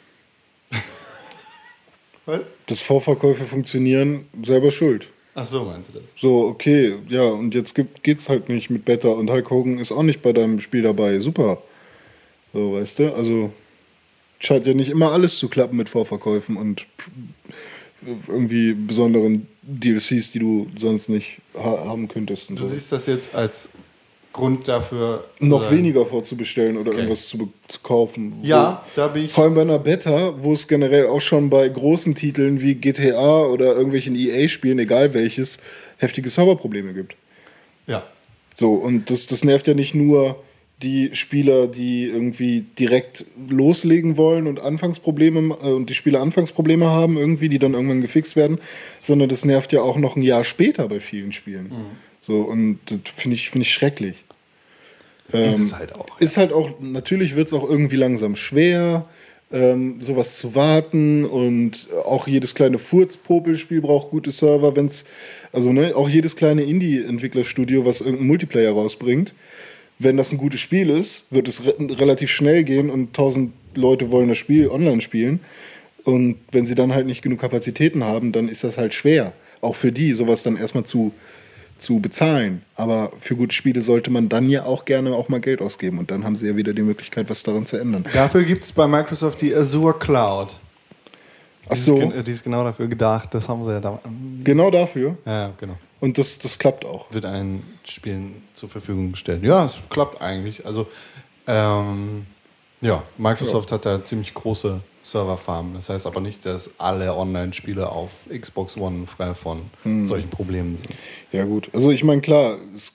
Was? Dass Vorverkäufe funktionieren, selber schuld. Ach so, meinst du das? So, okay, ja, und jetzt gibt, geht's halt nicht mit Beta und Hulk Hogan ist auch nicht bei deinem Spiel dabei. Super. So, weißt du, also scheint ja nicht immer alles zu klappen mit Vorverkäufen und irgendwie besonderen D L Cs, die du sonst nicht ha haben könntest. Und Du so. siehst das jetzt als Grund dafür, zu Noch sagen, weniger vorzubestellen oder Okay. irgendwas zu, be- zu kaufen. Ja, da bin ich. Vor allem bei einer Beta, wo es generell auch schon bei großen Titeln wie G T A oder irgendwelchen E A-Spielen, egal welches, heftige Serverprobleme gibt. Ja. So, und das, das nervt ja nicht nur die Spieler, die irgendwie direkt loslegen wollen und Anfangsprobleme äh, und die Spieler Anfangsprobleme haben, irgendwie, die dann irgendwann gefixt werden, sondern das nervt ja auch noch ein Jahr später bei vielen Spielen. So, und das finde ich, finde ich schrecklich. Ist Ähm, es halt auch. Ist halt auch, natürlich wird es auch irgendwie langsam schwer, ähm, sowas zu warten und auch jedes kleine Furzpopelspiel braucht gute Server, wenn es, also ne, auch jedes kleine Indie-Entwicklerstudio, was irgendeinen Multiplayer rausbringt, wenn das ein gutes Spiel ist, wird es re relativ schnell gehen und tausend Leute wollen das Spiel online spielen und wenn sie dann halt nicht genug Kapazitäten haben, dann ist das halt schwer, auch für die, sowas dann erstmal zu zu bezahlen. Aber für gute Spiele sollte man dann ja auch gerne auch mal Geld ausgeben. Und dann haben sie ja wieder die Möglichkeit, was daran zu ändern. Dafür gibt es bei Microsoft die Azure Cloud. Ach Die ist so, gen- Die ist genau dafür gedacht. Das haben sie ja da. genau dafür. Ja, genau. Und das, das klappt auch. Wird ein Spielen zur Verfügung gestellt. Ja, es klappt eigentlich. Also, ähm, ja, Microsoft hat da ziemlich große Serverfarmen. Das heißt aber nicht, dass alle Online-Spiele auf Xbox One frei von solchen Problemen sind. Ja gut. Also ich meine, klar, es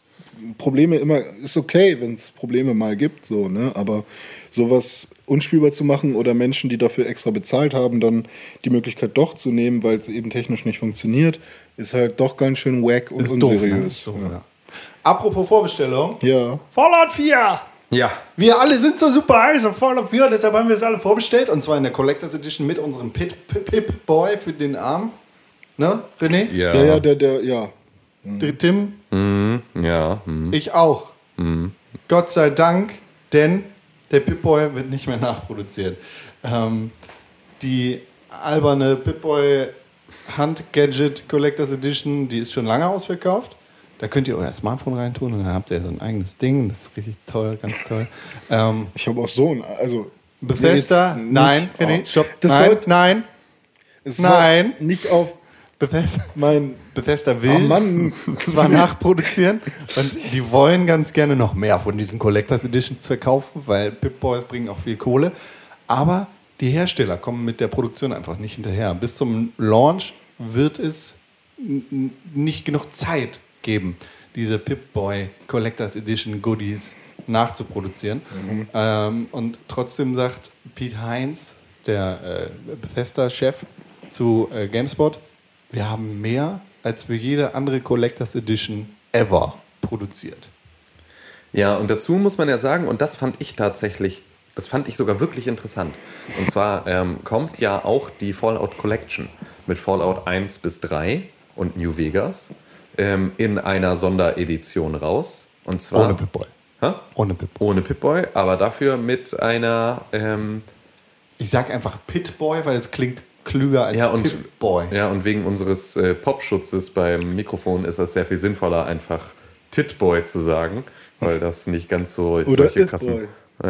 Probleme immer, ist okay, wenn es Probleme mal gibt, so, ne? Aber sowas unspielbar zu machen oder Menschen, die dafür extra bezahlt haben, dann die Möglichkeit doch zu nehmen, weil es eben technisch nicht funktioniert, ist halt doch ganz schön wack und Ist doof, unseriös. ne? Ist doof, ja. Apropos Vorbestellung. Ja. Fallout vier! Ja. Wir alle sind so super heiß auf Fallout vier, deshalb haben wir es alle vorbestellt. Und zwar in der Collectors Edition mit unserem Pip-Boy für den Arm. Ne, René? Ja. Ja, ja, der, der, ja. Der Tim? Mhm. Ja. Mhm. Ich auch. Gott sei Dank, denn der Pip-Boy wird nicht mehr nachproduziert. Ähm, die alberne Pip-Boy Hand-Gadget Collectors Edition, die ist schon lange ausverkauft. Da könnt ihr euer Smartphone reintun und dann habt ihr so ein eigenes Ding. Das ist richtig toll, ganz toll. Ähm, Ich habe auch so ein, also... Bethesda? Nee, jetzt Nein, nicht- René, oh. stopp. Das Nein, sollte- nein. Es Nein. soll nicht auf Bethesda, mein... Bethesda will Oh Mann. zwar nachproduzieren und die wollen ganz gerne noch mehr von diesen Collectors Editions verkaufen, weil Pip-Boys bringen auch viel Kohle. Aber die Hersteller kommen mit der Produktion einfach nicht hinterher. Bis zum Launch wird es n- n- nicht genug Zeit geben, diese Pip-Boy Collectors Edition Goodies nachzuproduzieren. Mhm. Ähm, und trotzdem sagt Pete Hines, der äh, Bethesda-Chef, zu äh, GameSpot, wir haben mehr als für jede andere Collectors Edition ever produziert. Ja, und dazu muss man ja sagen, und das fand ich tatsächlich, das fand ich sogar wirklich interessant. Und zwar ähm, kommt ja auch die Fallout Collection mit Fallout eins bis drei und New Vegas ähm, in einer Sonderedition raus. Und zwar Ohne Pip-Boy. Hä? Ohne Pip-Boy. Ohne Pip-Boy, aber dafür mit einer ähm, Ich sag einfach Pit-Boy, weil es klingt klüger als ja, und, Pip-Boy. ja, und wegen unseres äh, Popschutzes beim Mikrofon ist das sehr viel sinnvoller, einfach Tit-Boy zu sagen, weil das nicht ganz so Oder solche It-Boy.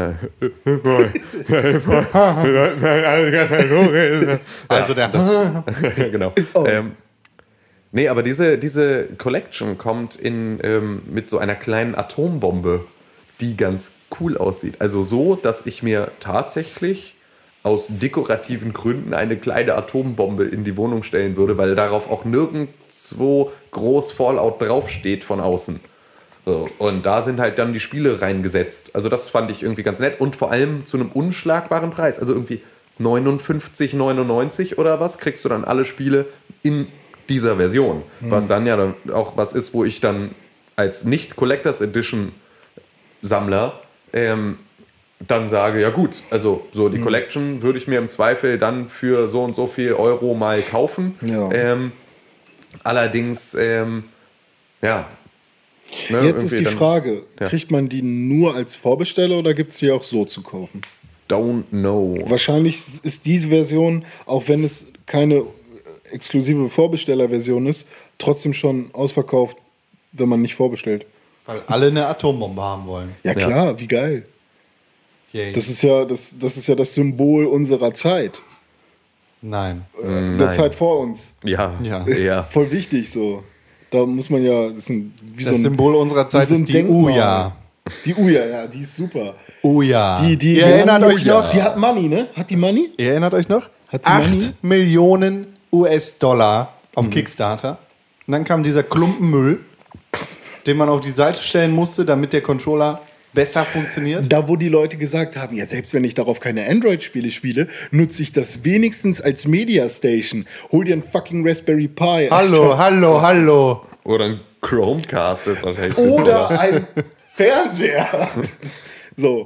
Also der Ja, genau. Ähm, nee, aber diese, diese Collection kommt in, ähm, mit so einer kleinen Atombombe, die ganz cool aussieht. Also so, dass ich mir tatsächlich aus dekorativen Gründen eine kleine Atombombe in die Wohnung stellen würde, weil darauf auch nirgendwo groß Fallout draufsteht von außen. So, und da sind halt dann die Spiele reingesetzt. Also das fand ich irgendwie ganz nett und vor allem zu einem unschlagbaren Preis. Also irgendwie neunundfünfzig neunundneunzig oder was, kriegst du dann alle Spiele in dieser Version. Mhm. Was dann ja dann auch was ist, wo ich dann als Nicht-Collectors Edition Sammler ähm, dann sage, ja gut, also so die mhm. Collection würde ich mir im Zweifel dann für so und so viel Euro mal kaufen. Ja. Ähm, allerdings, ähm, ja. Ne, Jetzt ist die dann, Frage, ja. kriegt man die nur als Vorbesteller oder gibt es die auch so zu kaufen? Don't know. Wahrscheinlich ist diese Version, auch wenn es keine exklusive Vorbestellerversion ist, trotzdem schon ausverkauft, wenn man nicht vorbestellt. Weil alle eine Atombombe haben wollen. Ja klar, ja. Wie geil. Yay. Das ist ja das, das ist ja das Symbol unserer Zeit. Nein. Äh, Nein. der Zeit vor uns. Ja, Ja. ja. Voll wichtig so. Da muss man ja, das ist ein, wie Das so ein Symbol unserer Zeit wie so ein ist die Denkmal. Uja. Die Uja, ja, die ist super. Uja. Die, die, Ihr die erinnert hat- euch noch? Die hat Money, ne? Hat die Money? Ihr erinnert euch noch? Hat sie Money? acht Millionen U S-Dollar auf Kickstarter. Und dann kam dieser Klumpen Müll, den man auf die Seite stellen musste, damit der Controller besser funktioniert. Da, wo die Leute gesagt haben, ja, selbst wenn ich darauf keine Android-Spiele spiele, nutze ich das wenigstens als Media Station. Hol dir einen fucking Raspberry Pi. Hallo, Alter. hallo, hallo. Oder ein Chromecast ist wahrscheinlich Oder sinnvoller. ein Fernseher. So.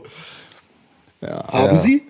Haben Ja. Sie?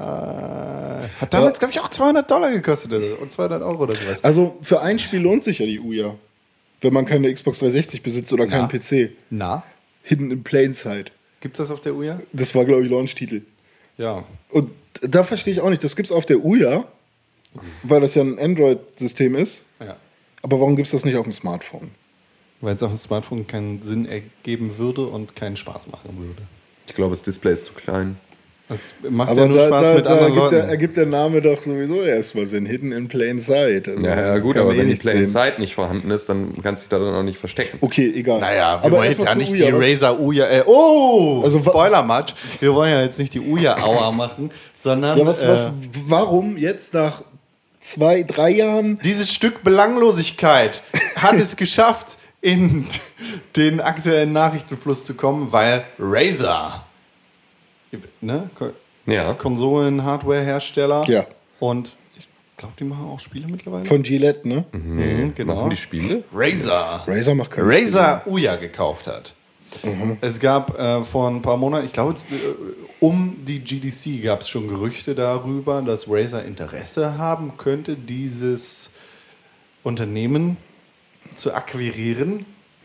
Hat damals, glaube ich, auch zweihundert Dollar gekostet. oder so. Und zweihundert Euro oder sowas. Also für ein Spiel lohnt sich ja die Uja. Wenn man keine Xbox dreihundertsechzig besitzt oder keinen Ja. P C. Na, Hidden in Plain Sight. gibt's das auf der Uja? Das war, glaube ich, Launch-Titel. Ja. Und da verstehe ich auch nicht, das gibt's auf der Uja, weil das ja ein Android-System ist. ja. Aber warum gibt's das nicht auf dem Smartphone? Weil es auf dem Smartphone keinen Sinn ergeben würde und keinen Spaß machen würde. Ich glaube, das Display ist zu klein. Das macht Aber ja nur da, Spaß da, mit da anderen ergibt, der, Leuten. ergibt der Name doch sowieso erstmal Sinn. Hidden in Plain Sight. Also Ja, ja gut, kann aber man eh wenn die nicht Plain sehen. Sight nicht vorhanden ist, dann kannst du dich da dann auch nicht verstecken. Okay, egal. Naja, wir Aber wollen jetzt erstmal ja zu nicht die Uja, was- Razer Uja, äh, oh, Also wa- Spoiler-Match. Wir wollen ja jetzt nicht die Uja-Aua machen, sondern Ja, was, äh, was, warum jetzt nach zwei, drei Jahren? dieses Stück Belanglosigkeit hat es geschafft, in den aktuellen Nachrichtenfluss zu kommen, weil Razer, ne, Ko- Ja. Konsolen-Hardware-Hersteller Ja. und ich glaube, die machen auch Spiele mittlerweile. Von Gillette, ne? Mhm, genau. Machen die Spiele? Razer. Razer macht keine Razer Ouya gekauft hat. Es gab äh, vor ein paar Monaten, ich glaube, äh, um die G D C gab es schon Gerüchte darüber, dass Razer Interesse haben könnte, dieses Unternehmen zu akquirieren.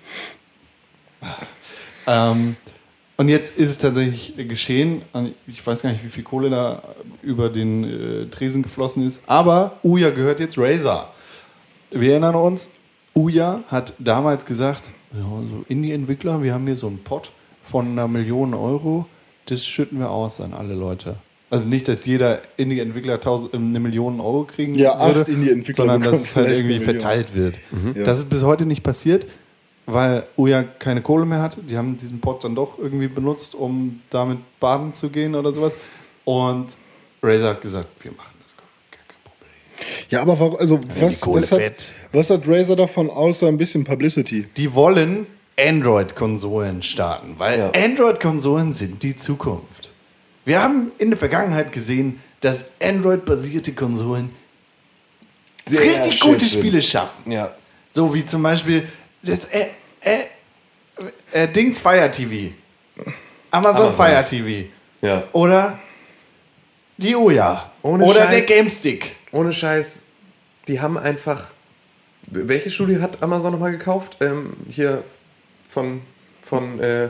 Ähm, und jetzt ist es tatsächlich geschehen. Ich weiß gar nicht, wie viel Kohle da über den äh, Tresen geflossen ist, aber Ouya gehört jetzt Razer. Wir erinnern uns, Ouya hat damals gesagt, ja, so Indie-Entwickler, wir haben hier so einen Pot von einer Million Euro, das schütten wir aus an alle Leute. Also nicht, dass jeder Indie-Entwickler tausend, äh, eine Million Euro kriegen Ja, acht würde, Indie-Entwickler sondern dass bekommen es halt vielleicht irgendwie eine Million. verteilt wird. Ja. Das ist bis heute nicht passiert, weil Ouya keine Kohle mehr hat. Die haben diesen Pot dann doch irgendwie benutzt, um damit baden zu gehen oder sowas. Und Razer hat gesagt, wir machen das, gar kein Problem. Ja, aber warum, also was, Kohle was, hat, fett. was hat Razer davon außer ein bisschen Publicity? Die wollen Android-Konsolen starten, weil Ja. Android-Konsolen sind die Zukunft. Wir haben in der Vergangenheit gesehen, dass Android-basierte Konsolen Sehr richtig schön gute sind. Spiele schaffen. Ja. So wie zum Beispiel das äh, äh, äh, Dings Fire T V. Amazon, Amazon. Fire T V. Ja. Oder die Ouya. Ohne Oder Scheiß. der Game Stick. Ohne Scheiß, die haben einfach. Welches Studio hat Amazon nochmal gekauft? Ähm, hier von. von äh,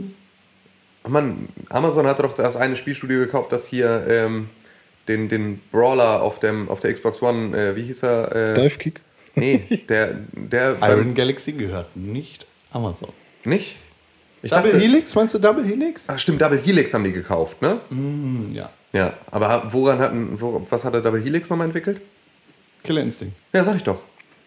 oh Mann, Amazon hat doch das eine Spielstudio gekauft, das hier ähm, den, den Brawler auf, dem, auf der Xbox One, äh, wie hieß er? Äh, Divekick? Nee, der. der Iron Galaxy gehört nicht Amazon. Nicht? Ich Double dachte- Helix? Meinst du Double Helix? Ach stimmt, Double Helix haben die gekauft, ne? Hm, ja. Ja, aber woran hatten, wo, was hat der Double Helix nochmal entwickelt? Killer Instinct. Ja, sag ich doch.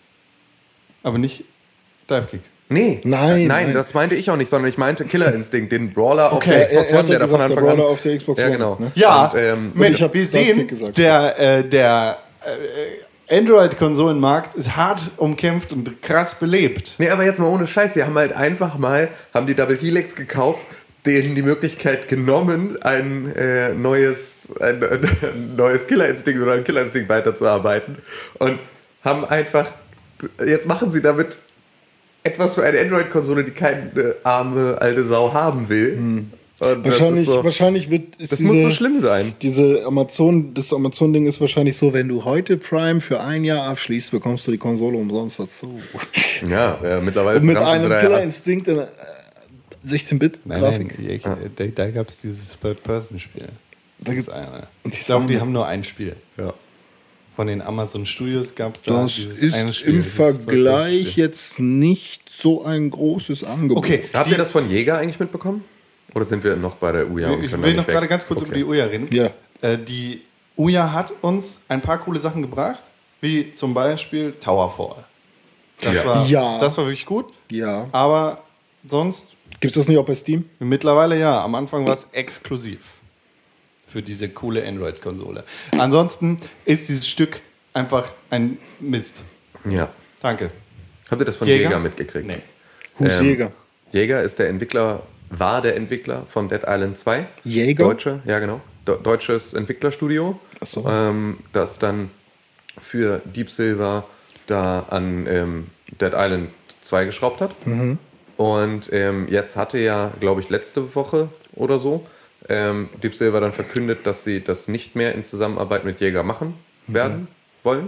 Aber nicht Divekick. Nee, Nein, nein, nein. das meinte ich auch nicht, sondern ich meinte Killer Instinct, den Brawler auf Okay, der er- Xbox er hat One, der doch da von gesagt, der Anfang an... Brawler auf der Xbox ja, One, genau. ne? Ja, Und, ähm, Mensch, ich hab wir Divekick sehen, gesagt. der, äh, der äh, Android-Konsolenmarkt ist hart umkämpft und krass belebt. nee, aber jetzt mal ohne Scheiß, die haben halt einfach mal, haben die Double Helix gekauft, denen die Möglichkeit genommen, ein äh, neues, ein, ein neues Killer Instinct oder ein Killer Instinct weiterzuarbeiten und haben einfach, jetzt machen sie damit etwas für eine Android-Konsole, die keine arme alte Sau haben will. Und das Wahrscheinlich, ist so, wahrscheinlich wird ist das diese, muss so schlimm sein. Diese Amazon, das Amazon-Ding ist wahrscheinlich so, wenn du heute Prime für ein Jahr abschließt, bekommst du die Konsole umsonst dazu. Ja, äh, mittlerweile Und mit ramschen sie einem da ja Killer ab. Instinct in äh, sechzehn Bit Nein, Grafik. nein, ich, da, da gab es dieses Third-Person-Spiel. Das Da ist gibt- eine. und die Ich glaube, die Sachen- haben nur ein Spiel. Ja. Von den Amazon Studios gab es da Das dieses ist eine Spiel. im dieses Vergleich Third-Person-Spiel. jetzt nicht so ein großes Angebot. Okay, Habt die- ihr das von Jäger eigentlich mitbekommen? Oder sind wir noch bei der Ouya? und Ich können will da noch nicht gerade weg? ganz kurz Okay. über die Ouya reden. Ja. Äh, die Ouya hat uns ein paar coole Sachen gebracht, wie zum Beispiel Towerfall. Das, Ja. War, Ja. das war wirklich gut, Ja. aber sonst Gibt es das nicht auch bei Steam? mittlerweile ja. Am Anfang war es exklusiv für diese coole Android-Konsole. Ansonsten ist dieses Stück einfach ein Mist. Ja. Danke. Habt ihr das von Jäger? Jäger, mitgekriegt? Nee. Husjäger. Jäger ist der Entwickler, war der Entwickler von Dead Island zwei. Jäger? Deutsche, ja genau. Do- deutsches Entwicklerstudio, Ach so. ähm, das dann für Deep Silver da an ähm, Dead Island zwei geschraubt hat. Mhm. Und ähm, jetzt hatte ja, glaube ich, letzte Woche oder so ähm, Deep Silver dann verkündet, dass sie das nicht mehr in Zusammenarbeit mit Jäger machen werden wollen.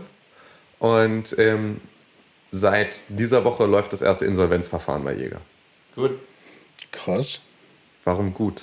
Und ähm, seit dieser Woche läuft das erste Insolvenzverfahren bei Jäger. Gut. Krass. Warum gut?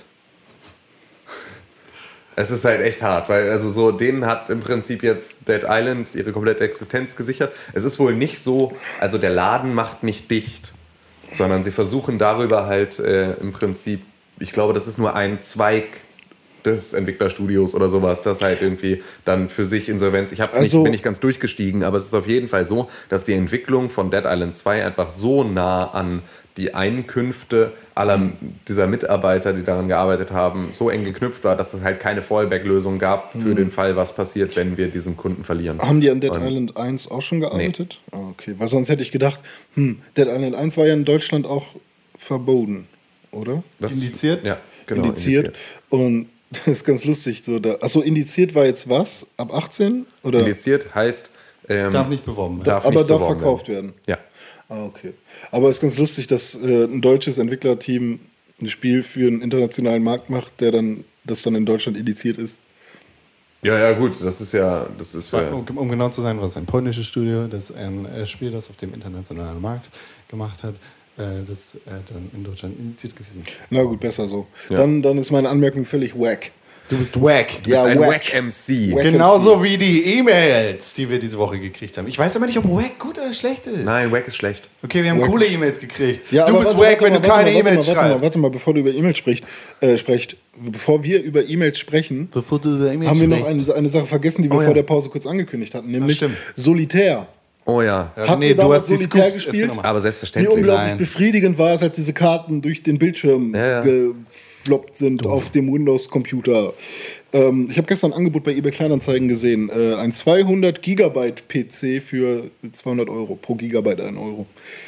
Es ist halt echt hart, weil also so denen hat im Prinzip jetzt Dead Island ihre komplette Existenz gesichert. Es ist wohl nicht so, also der Laden macht nicht dicht, sondern sie versuchen darüber halt äh, im Prinzip, ich glaube, das ist nur ein Zweig des Entwicklerstudios oder sowas, das halt irgendwie dann für sich Insolvenz, ich hab's Also- nicht, bin nicht ganz durchgestiegen, aber es ist auf jeden Fall so, dass die Entwicklung von Dead Island zwei einfach so nah an die Einkünfte aller dieser Mitarbeiter, die daran gearbeitet haben, so eng geknüpft war, dass es halt keine Fallback-Lösung gab für den Fall, was passiert, wenn wir diesen Kunden verlieren. Haben die an Dead Und- Island eins auch schon gearbeitet? Ah, okay, weil sonst hätte ich gedacht, hm, Dead Island eins war ja in Deutschland auch verboten, oder? Das, Indiziert? Ja, genau. indiziert. Und das ist ganz lustig. So da, achso, indiziert war jetzt was? Ab achtzehn? Oder? Indiziert heißt, ähm, Darf nicht beworben werden. darf aber nicht darf beworben verkauft werden. Ja. Ah, okay. Aber es ist ganz lustig, dass äh, ein deutsches Entwicklerteam ein Spiel für einen internationalen Markt macht, der dann, das dann in Deutschland indiziert ist. Ja, ja, gut, das ist ja, das ist ja, Um, um genau zu sein, was ein polnisches Studio, das ein äh, Spiel, das auf dem internationalen Markt gemacht hat, äh, das äh, dann in Deutschland indiziert gewesen ist. Na gut, besser so. Ja. Dann, dann ist meine Anmerkung völlig wack. Du bist wack. du bist Ja, ein wack. Wack-M C. Wack. Genauso wie die E-Mails, die wir diese Woche gekriegt haben. Ich weiß aber nicht, ob wack gut oder schlecht ist. Nein, Wack ist schlecht. Okay, wir haben Wack. coole E-Mails gekriegt. Ja, du aber bist warte, wack, warte wenn mal, du warte keine mal, warte E-Mails mal, warte mal, schreibst. Warte mal, bevor du über E-Mails sprichst, äh, sprecht, bevor wir über E-Mails sprechen, Bevor du über E-Mails haben wir noch eine, eine Sache vergessen, die wir Oh ja. vor der Pause kurz angekündigt hatten, nämlich stimmt. Solitär. Oh ja. Ja, Habt nee, ihr du damals hast die Solitär Scoops. gespielt? Erzähl noch mal. Aber Wie selbstverständlich. unglaublich Nein. befriedigend war es, als diese Karten durch den Bildschirm Ja, ja. gefloppt sind auf dem Windows-Computer. Ähm, ich habe gestern ein Angebot bei eBay Kleinanzeigen gesehen. Äh, ein zweihundert Gigabyte P C für zweihundert Euro. Pro Gigabyte ein Euro.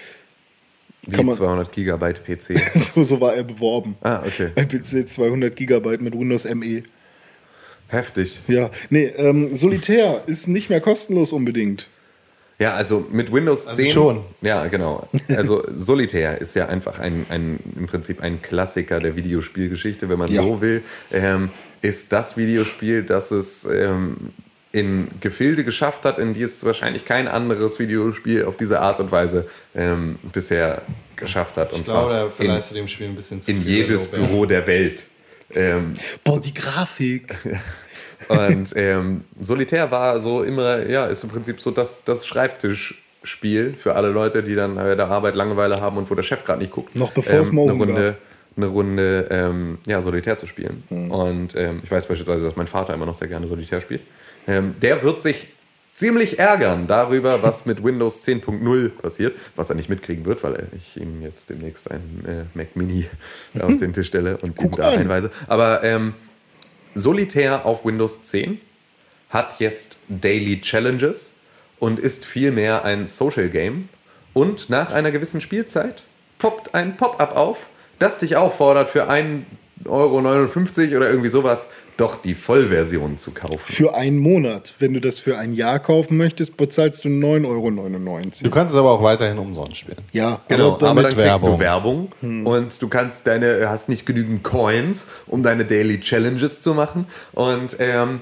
Wie kann man- zweihundert Gigabyte P C. So, so war er beworben. Ah, okay. Ein P C zweihundert Gigabyte mit Windows M E. Heftig. Ja, nee, ähm, Solitär ist nicht mehr kostenlos unbedingt. Ja, also mit Windows Also zehn. schon. Ja, genau. Also Solitär ist ja einfach ein, ein im Prinzip ein Klassiker der Videospielgeschichte, wenn man Ja. so will. Ähm, ist das Videospiel, das es ähm, in Gefilde geschafft hat, in die es wahrscheinlich kein anderes Videospiel auf diese Art und Weise ähm, bisher geschafft hat. Und Ich glaube, da zwar in, verleihst du dem Spiel ein bisschen zu in viel jedes Lob, ja. Büro der Welt. Ähm, Boah, die Grafik. Und ähm, Solitär war so immer, ja, ist im Prinzip so das, das Schreibtischspiel für alle Leute, die dann bei der Arbeit Langeweile haben und wo der Chef gerade nicht guckt. Noch bevor es ähm, Moven eine Runde, gab. eine Runde ähm, ja, Solitär zu spielen. Und ähm, ich weiß beispielsweise, dass mein Vater immer noch sehr gerne Solitär spielt. Ähm, der wird sich ziemlich ärgern darüber, was mit Windows zehn Punkt null passiert, was er nicht mitkriegen wird, weil ich ihm jetzt demnächst einen äh, Mac Mini auf den Tisch stelle und ihn da an. einweise. Aber ähm, Solitär auf Windows zehn hat jetzt Daily Challenges und ist vielmehr ein Social Game. Und nach einer gewissen Spielzeit poppt ein Pop-up auf, das dich auffordert, für ein Euro neunundfünfzig oder irgendwie sowas doch die Vollversion zu kaufen. Für einen Monat. Wenn du das für ein Jahr kaufen möchtest, bezahlst du neun Euro neunundneunzig. Du kannst es aber auch weiterhin umsonst spielen. Ja, Genau, aber aber damit dann kriegst Werbung. du Werbung und du kannst deine, hast nicht genügend Coins, um deine Daily Challenges zu machen. Und ähm,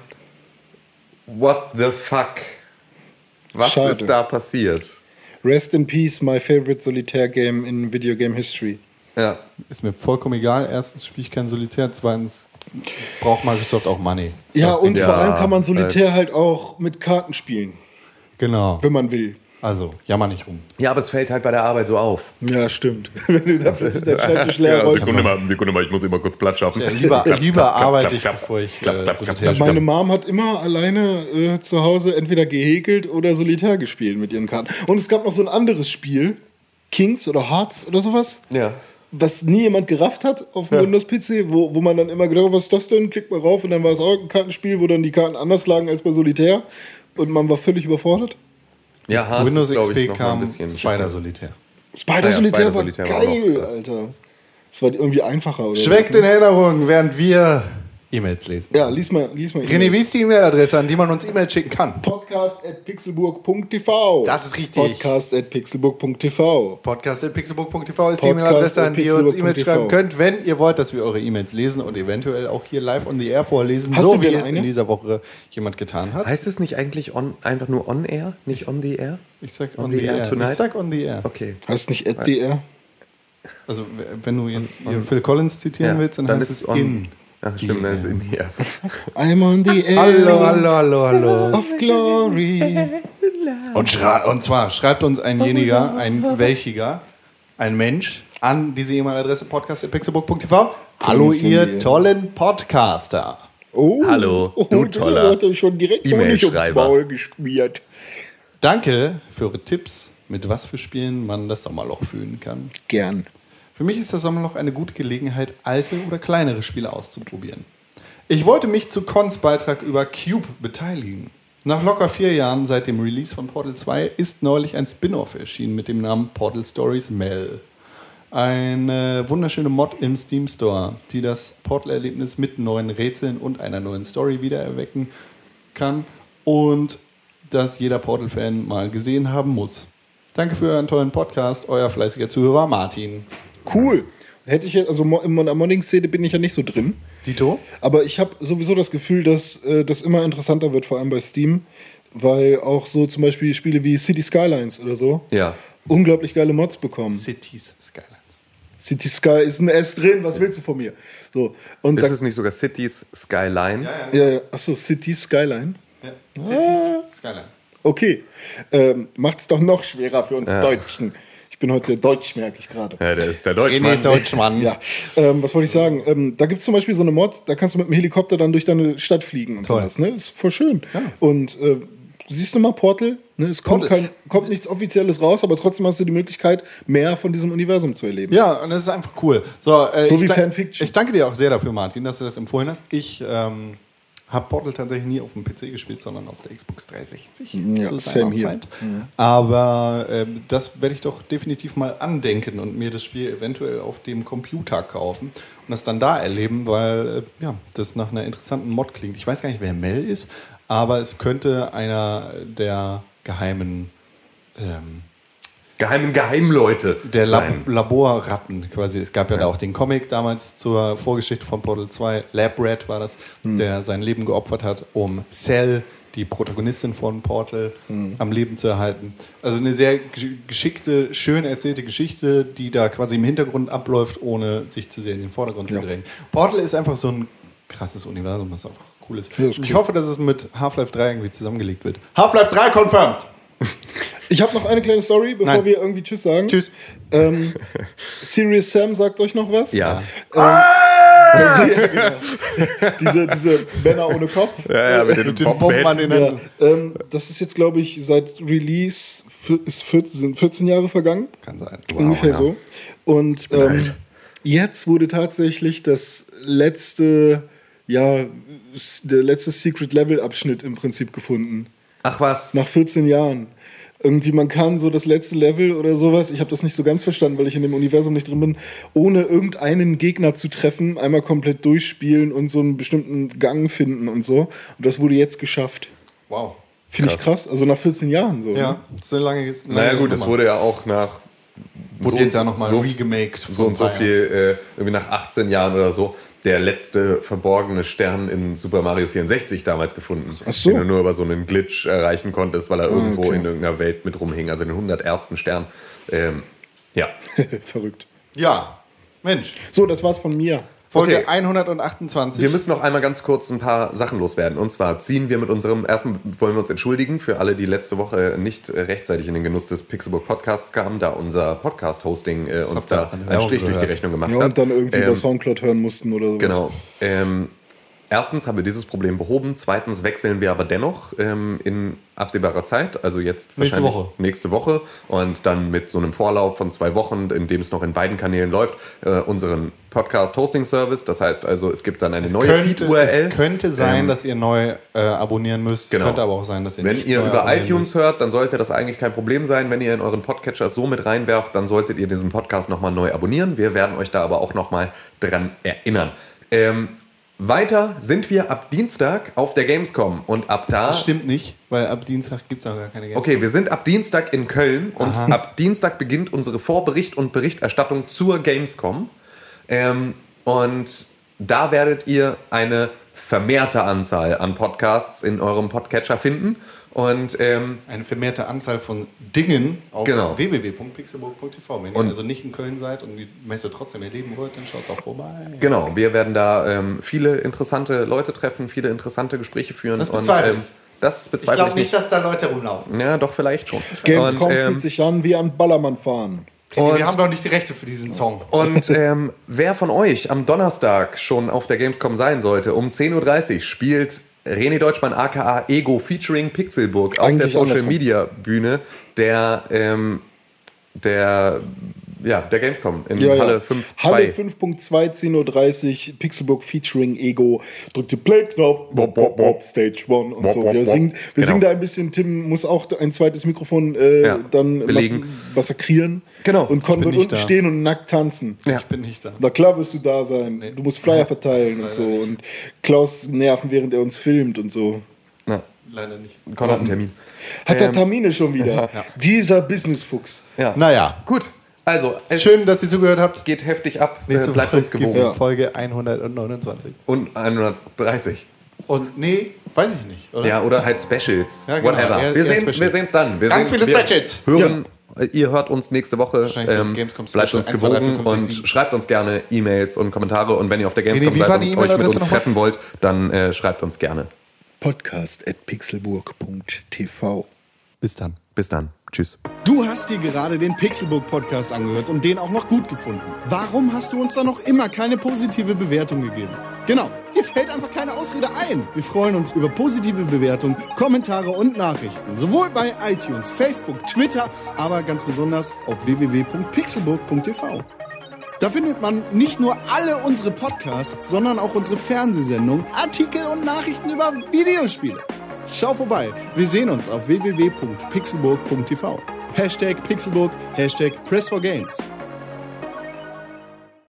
what the fuck? Was Schade. ist da passiert? Rest in Peace, my favorite Solitaire-Game in Video Game History. Ja, Ist mir vollkommen egal. Erstens spiele ich kein Solitär. Zweitens braucht Microsoft auch Money. Ja, und Ja, vor allem kann man Solitär äh, halt auch mit Karten spielen, Genau. wenn man will. Also, jammer nicht rum. ja, aber es fällt halt bei der Arbeit so auf. Ja, stimmt. Wenn du da plötzlich dein Schreibtisch leer rollst. mal, Sekunde mal, ich muss immer kurz Platz schaffen. Ja, lieber Klapp, lieber klapp, klapp, arbeite klapp, ich, klapp. bevor ich Klapp, äh, klapp, Solitär klapp, spiele. Meine Mom hat immer alleine äh, zu Hause entweder gehäkelt oder Solitär gespielt mit ihren Karten. Und es gab noch so ein anderes Spiel, Kings oder Hearts oder sowas, Ja. was nie jemand gerafft hat auf dem Windows-P C, wo, wo man dann immer gedacht hat, was ist das denn? Klickt mal rauf und dann war es auch ein Kartenspiel, wo dann die Karten anders lagen als bei Solitär und man war völlig überfordert. Ja, Hearts Windows ist, glaub X ich, P noch mal ein kam bisschen Spider Solitär. Spider-Solitär Spider war Solitär war geil, noch krass. Alter. Das war irgendwie einfacher, oder? Schweckt in Erinnerung, während wir E-Mails lesen. Ja, lies mal, lies mal. René, wie ist die E-Mail-Adresse, an die man uns E-Mails schicken kann? Podcast at pixelburg punkt t v. Das ist richtig. Podcast at pixelburg punkt t v. podcast at pixelbook punkt t v ist die Podcast E-Mail-Adresse, at an die ihr uns E-Mails pixelbook punkt t v. schreiben könnt, wenn ihr wollt, dass wir eure E-Mails lesen und eventuell auch hier live on the air vorlesen, Hast so du wie denn es eine? in dieser Woche jemand getan hat. Heißt es nicht eigentlich on, einfach nur on air, nicht on the air? Ich sag On on the the air air. tonight? Ich sag on the air. Okay. Heißt nicht at d r? Also w- wenn du jetzt hier Phil Collins zitieren willst, dann, heißt es in. Ach, stimmt, dann ist in hier. I'm on the air Hallo, hallo, hallo, hallo. of glory. Und, schrei- und zwar schreibt uns einjeniger, ein welchiger, ein Mensch an diese E-Mail-Adresse podcast at pixelbook punkt t v. Hallo, Grüßen ihr wir. tollen Podcaster. Oh, Hallo, oh, du der toller hat euch schon direkt Honig ums E-Mail-Schreiber. Maul geschmiert. Danke für eure Tipps, mit was für Spielen man das Sommerloch füllen kann. Gern. Für mich ist das Sommerloch eine gute Gelegenheit, alte oder kleinere Spiele auszuprobieren. Ich wollte mich zu Cons Beitrag über Cube beteiligen. Nach locker vier Jahren seit dem Release von Portal zwei ist neulich ein Spin-off erschienen mit dem Namen Portal Stories Mel. eine wunderschöne Mod im Steam Store, die das Portal-Erlebnis mit neuen Rätseln und einer neuen Story wiedererwecken kann und das jeder Portal-Fan mal gesehen haben muss. Danke für euren tollen Podcast, euer fleißiger Zuhörer Martin. Cool. Hätte ich jetzt, also mo- in meiner Modding-Szene bin ich ja nicht so drin. Dito? Aber ich habe sowieso das Gefühl, dass äh, das immer interessanter wird, vor allem bei Steam, weil auch so zum Beispiel Spiele wie City Skylines oder so Ja. unglaublich geile Mods bekommen. Cities Skylines. City Sky ist ein S drin, was willst du von mir? So, und Ist da, es nicht sogar Cities Skyline? ja, ja, achso, City Skyline. Ja. Cities Skyline. Okay, ähm, macht's doch noch schwerer für uns Ja. Deutschen. Ich bin heute sehr deutsch, merke ich gerade. Ja, der ist der René Deutschmann. Deutschmann. Ja, ähm, was wollte ich sagen? Ähm, da gibt es zum Beispiel so eine Mod, da kannst du mit dem Helikopter dann durch deine Stadt fliegen und Toll. sowas. Ne? Ist voll schön. Und äh, siehst du mal, Portal, ne? es kommt, Portal. kein, kommt nichts Offizielles raus, aber trotzdem hast du die Möglichkeit, mehr von diesem Universum zu erleben. Ja, und es ist einfach cool. So, äh, So ich wie da- Fanfiction. Ich danke dir auch sehr dafür, Martin, dass du das empfohlen hast. Ich ähm, habe Portal tatsächlich nie auf dem P C gespielt, sondern auf der Xbox dreihundertsechzig Ja, zu same seiner hier. Zeit. Aber ähm, das werde ich doch definitiv mal andenken und mir das Spiel eventuell auf dem Computer kaufen und das dann da erleben, weil äh, ja, das nach einer interessanten Mod klingt. Ich weiß gar nicht, wer Mel ist, aber es könnte einer der geheimen ähm, Geheimen Geheimleute. der Lab sein. Laborratten quasi. Es gab ja, da auch den Comic damals zur Vorgeschichte von Portal zwei. Lab Rat war das, der sein Leben geopfert hat, um Cell, die Protagonistin von Portal, am Leben zu erhalten. Also eine sehr gesch- geschickte, schön erzählte Geschichte, die da quasi im Hintergrund abläuft, ohne sich zu sehr in den Vordergrund zu drängen. Portal ist einfach so ein krasses Universum, das einfach cool ist. Ja, ist Und ich cool. hoffe, dass es mit Half-Life drei irgendwie zusammengelegt wird. Half-Life drei confirmed! Ich habe noch eine kleine Story, bevor Nein. wir irgendwie Tschüss sagen. Tschüss. Ähm, Serious Sam sagt euch noch was? Ja. Ja, genau. diese, diese Männer ohne Kopf. Ja, ja, mit den, Mit den Bombhänden. Bomben an den Ja, Händen. ähm, das ist jetzt, glaube ich, seit Release vier- ist vierzehn, sind vierzehn Jahre vergangen. Kann sein. Ungefähr ja. so. Und ähm, jetzt wurde tatsächlich das letzte, ja, s- der letzte Secret Level Abschnitt im Prinzip gefunden. Ach was. Nach vierzehn Jahren. Irgendwie, man kann so das letzte Level oder sowas, ich habe das nicht so ganz verstanden, weil ich in dem Universum nicht drin bin, ohne irgendeinen Gegner zu treffen, einmal komplett durchspielen und so einen bestimmten Gang finden und so. Und das wurde jetzt geschafft. Wow. Finde ich krass. Also nach vierzehn Jahren so. Ja, Ne? das ist eine lange, eine Naja lange gut, es Nummer. wurde ja auch nach Wurde jetzt ja nochmal so, regemaked. so und so viel, äh, irgendwie nach achtzehn Jahren oder so, der letzte verborgene Stern in Super Mario vierundsechzig damals gefunden. Ach so. Den du nur über so einen Glitch erreichen konntest, weil er irgendwo okay. in irgendeiner Welt mit rumhing, also den hundertersten Stern. Ähm, ja. Verrückt. Ja, Mensch. So, das war's von mir. Folge Okay. hundertachtundzwanzig. Wir müssen noch einmal ganz kurz ein paar Sachen loswerden. Und zwar ziehen wir mit unserem, erstmal wollen wir uns entschuldigen für alle, die letzte Woche nicht äh, rechtzeitig in den Genuss des Pixelbook Podcasts kamen, da unser Podcast-Hosting äh, uns habt ihr da auch in der einen Werbung Strich durch die gehört. Rechnung gemacht Ja, hat. und dann irgendwie Ähm, über Soundcloud hören mussten oder so. Genau. Ähm, erstens haben wir dieses Problem behoben. Zweitens wechseln wir aber dennoch ähm, in absehbarer Zeit, also jetzt Nächste wahrscheinlich Woche. nächste Woche und dann mit so einem Vorlauf von zwei Wochen, in dem es noch in beiden Kanälen läuft, äh, unseren Podcast-Hosting-Service. Das heißt also, es gibt dann eine neue könnte, Feed-U R L. es könnte sein, Ähm, dass ihr neu äh, abonnieren müsst. Genau. Es könnte aber auch sein, dass ihr Wenn nicht ihr neu über abonnieren iTunes hört, dann sollte das eigentlich kein Problem sein. Wenn ihr in euren Podcatcher so mit reinwerft, dann solltet ihr diesen Podcast nochmal neu abonnieren. Wir werden euch da aber auch nochmal dran erinnern. Ähm, weiter sind wir ab Dienstag auf der Gamescom und ab da... Das stimmt nicht, weil ab Dienstag gibt es auch gar keine Games. Okay, wir sind ab Dienstag in Köln und ab Dienstag beginnt unsere Vorbericht und Berichterstattung zur Gamescom. Ähm, und da werdet ihr eine vermehrte Anzahl an Podcasts in eurem Podcatcher finden. Und ähm, Eine vermehrte Anzahl von Dingen auf Genau. w w w punkt pixelburg punkt t v. Wenn ihr Und- also nicht in Köln seid und die Messe trotzdem erleben wollt, dann schaut doch vorbei. genau, wir werden da ähm, viele interessante Leute treffen, viele interessante Gespräche führen. Das bezweifle und, ähm, ich. das Ich bezweifle glaube ich nicht, dass da Leute rumlaufen. Ja, doch, vielleicht schon. Gamescom und, ähm, fühlt sich an wie an Ballermann fahren. Und- wir haben doch nicht die Rechte für diesen Song. Und ähm, wer von euch am Donnerstag schon auf der Gamescom sein sollte, um zehn Uhr dreißig spielt René Deutschmann aka Ego featuring Pixelburg auf Eigentlich der Social andersrum. Media Bühne der, ähm, der ja, der Gamescom in Ja, Halle ja. fünf Punkt Halle zwei. fünf Punkt zwei, zehn Uhr dreißig, Pixelburg featuring Ego. Drückt den Play-Knopf, bop, bop, bop, Stage One und Bop, so. bop, Wir, bop. singen, wir Genau. singen da ein bisschen. Tim muss auch ein zweites Mikrofon äh, Ja, dann belegen. mas- massakrieren. Genau. Und Con bin wird nicht unten da. stehen und nackt tanzen. Ja. Ich bin nicht da. Na klar wirst du da sein. Du musst Flyer verteilen und so. Und Klaus nerven, während er uns filmt und so. Na, Leider nicht. Con hat einen Termin. Hat er Ähm, Termine schon wieder? Dieser Businessfuchs. Ja. Naja, Gut. Also, es schön, dass ihr zugehört habt. geht heftig ab. Äh, Nächste bleibt Woche uns gewogen. gibt's Ja. Folge hundertneunundzwanzig. Und hundertdreißig. Und nee, weiß ich nicht, oder? Ja, oder halt Specials. Ja, genau. Whatever. Eher- wir eher sehen Specials. wir sehen's dann. Wir Ganz sehen, viele wir Specials. Hören, äh, Ihr hört uns nächste Woche. Wahrscheinlich so Ähm, Gamescom bleibt Special uns eins, zwei, drei, gewogen vier, fünf, und sechs, sieben. schreibt uns gerne E-Mails und Kommentare. Und wenn ihr auf der wie Gamescom war seid die und euch mit E-Mail-Adresse uns nochmal? treffen wollt, dann äh, schreibt uns gerne. Podcast at pixelburg punkt t v. Bis dann. Bis dann. Tschüss. Du hast dir gerade den Pixelbook Podcast angehört und den auch noch gut gefunden. Warum hast du uns da noch immer keine positive Bewertung gegeben? Genau, dir fällt einfach keine Ausrede ein. Wir freuen uns über positive Bewertungen, Kommentare und Nachrichten. Sowohl bei iTunes, Facebook, Twitter, aber ganz besonders auf w w w punkt pixelburg punkt t v. Da findet man nicht nur alle unsere Podcasts, sondern auch unsere Fernsehsendungen, Artikel und Nachrichten über Videospiele. Schau vorbei. Wir sehen uns auf w w w punkt pixelburg punkt t v. Hashtag Pixelburg, Hashtag Press for Games.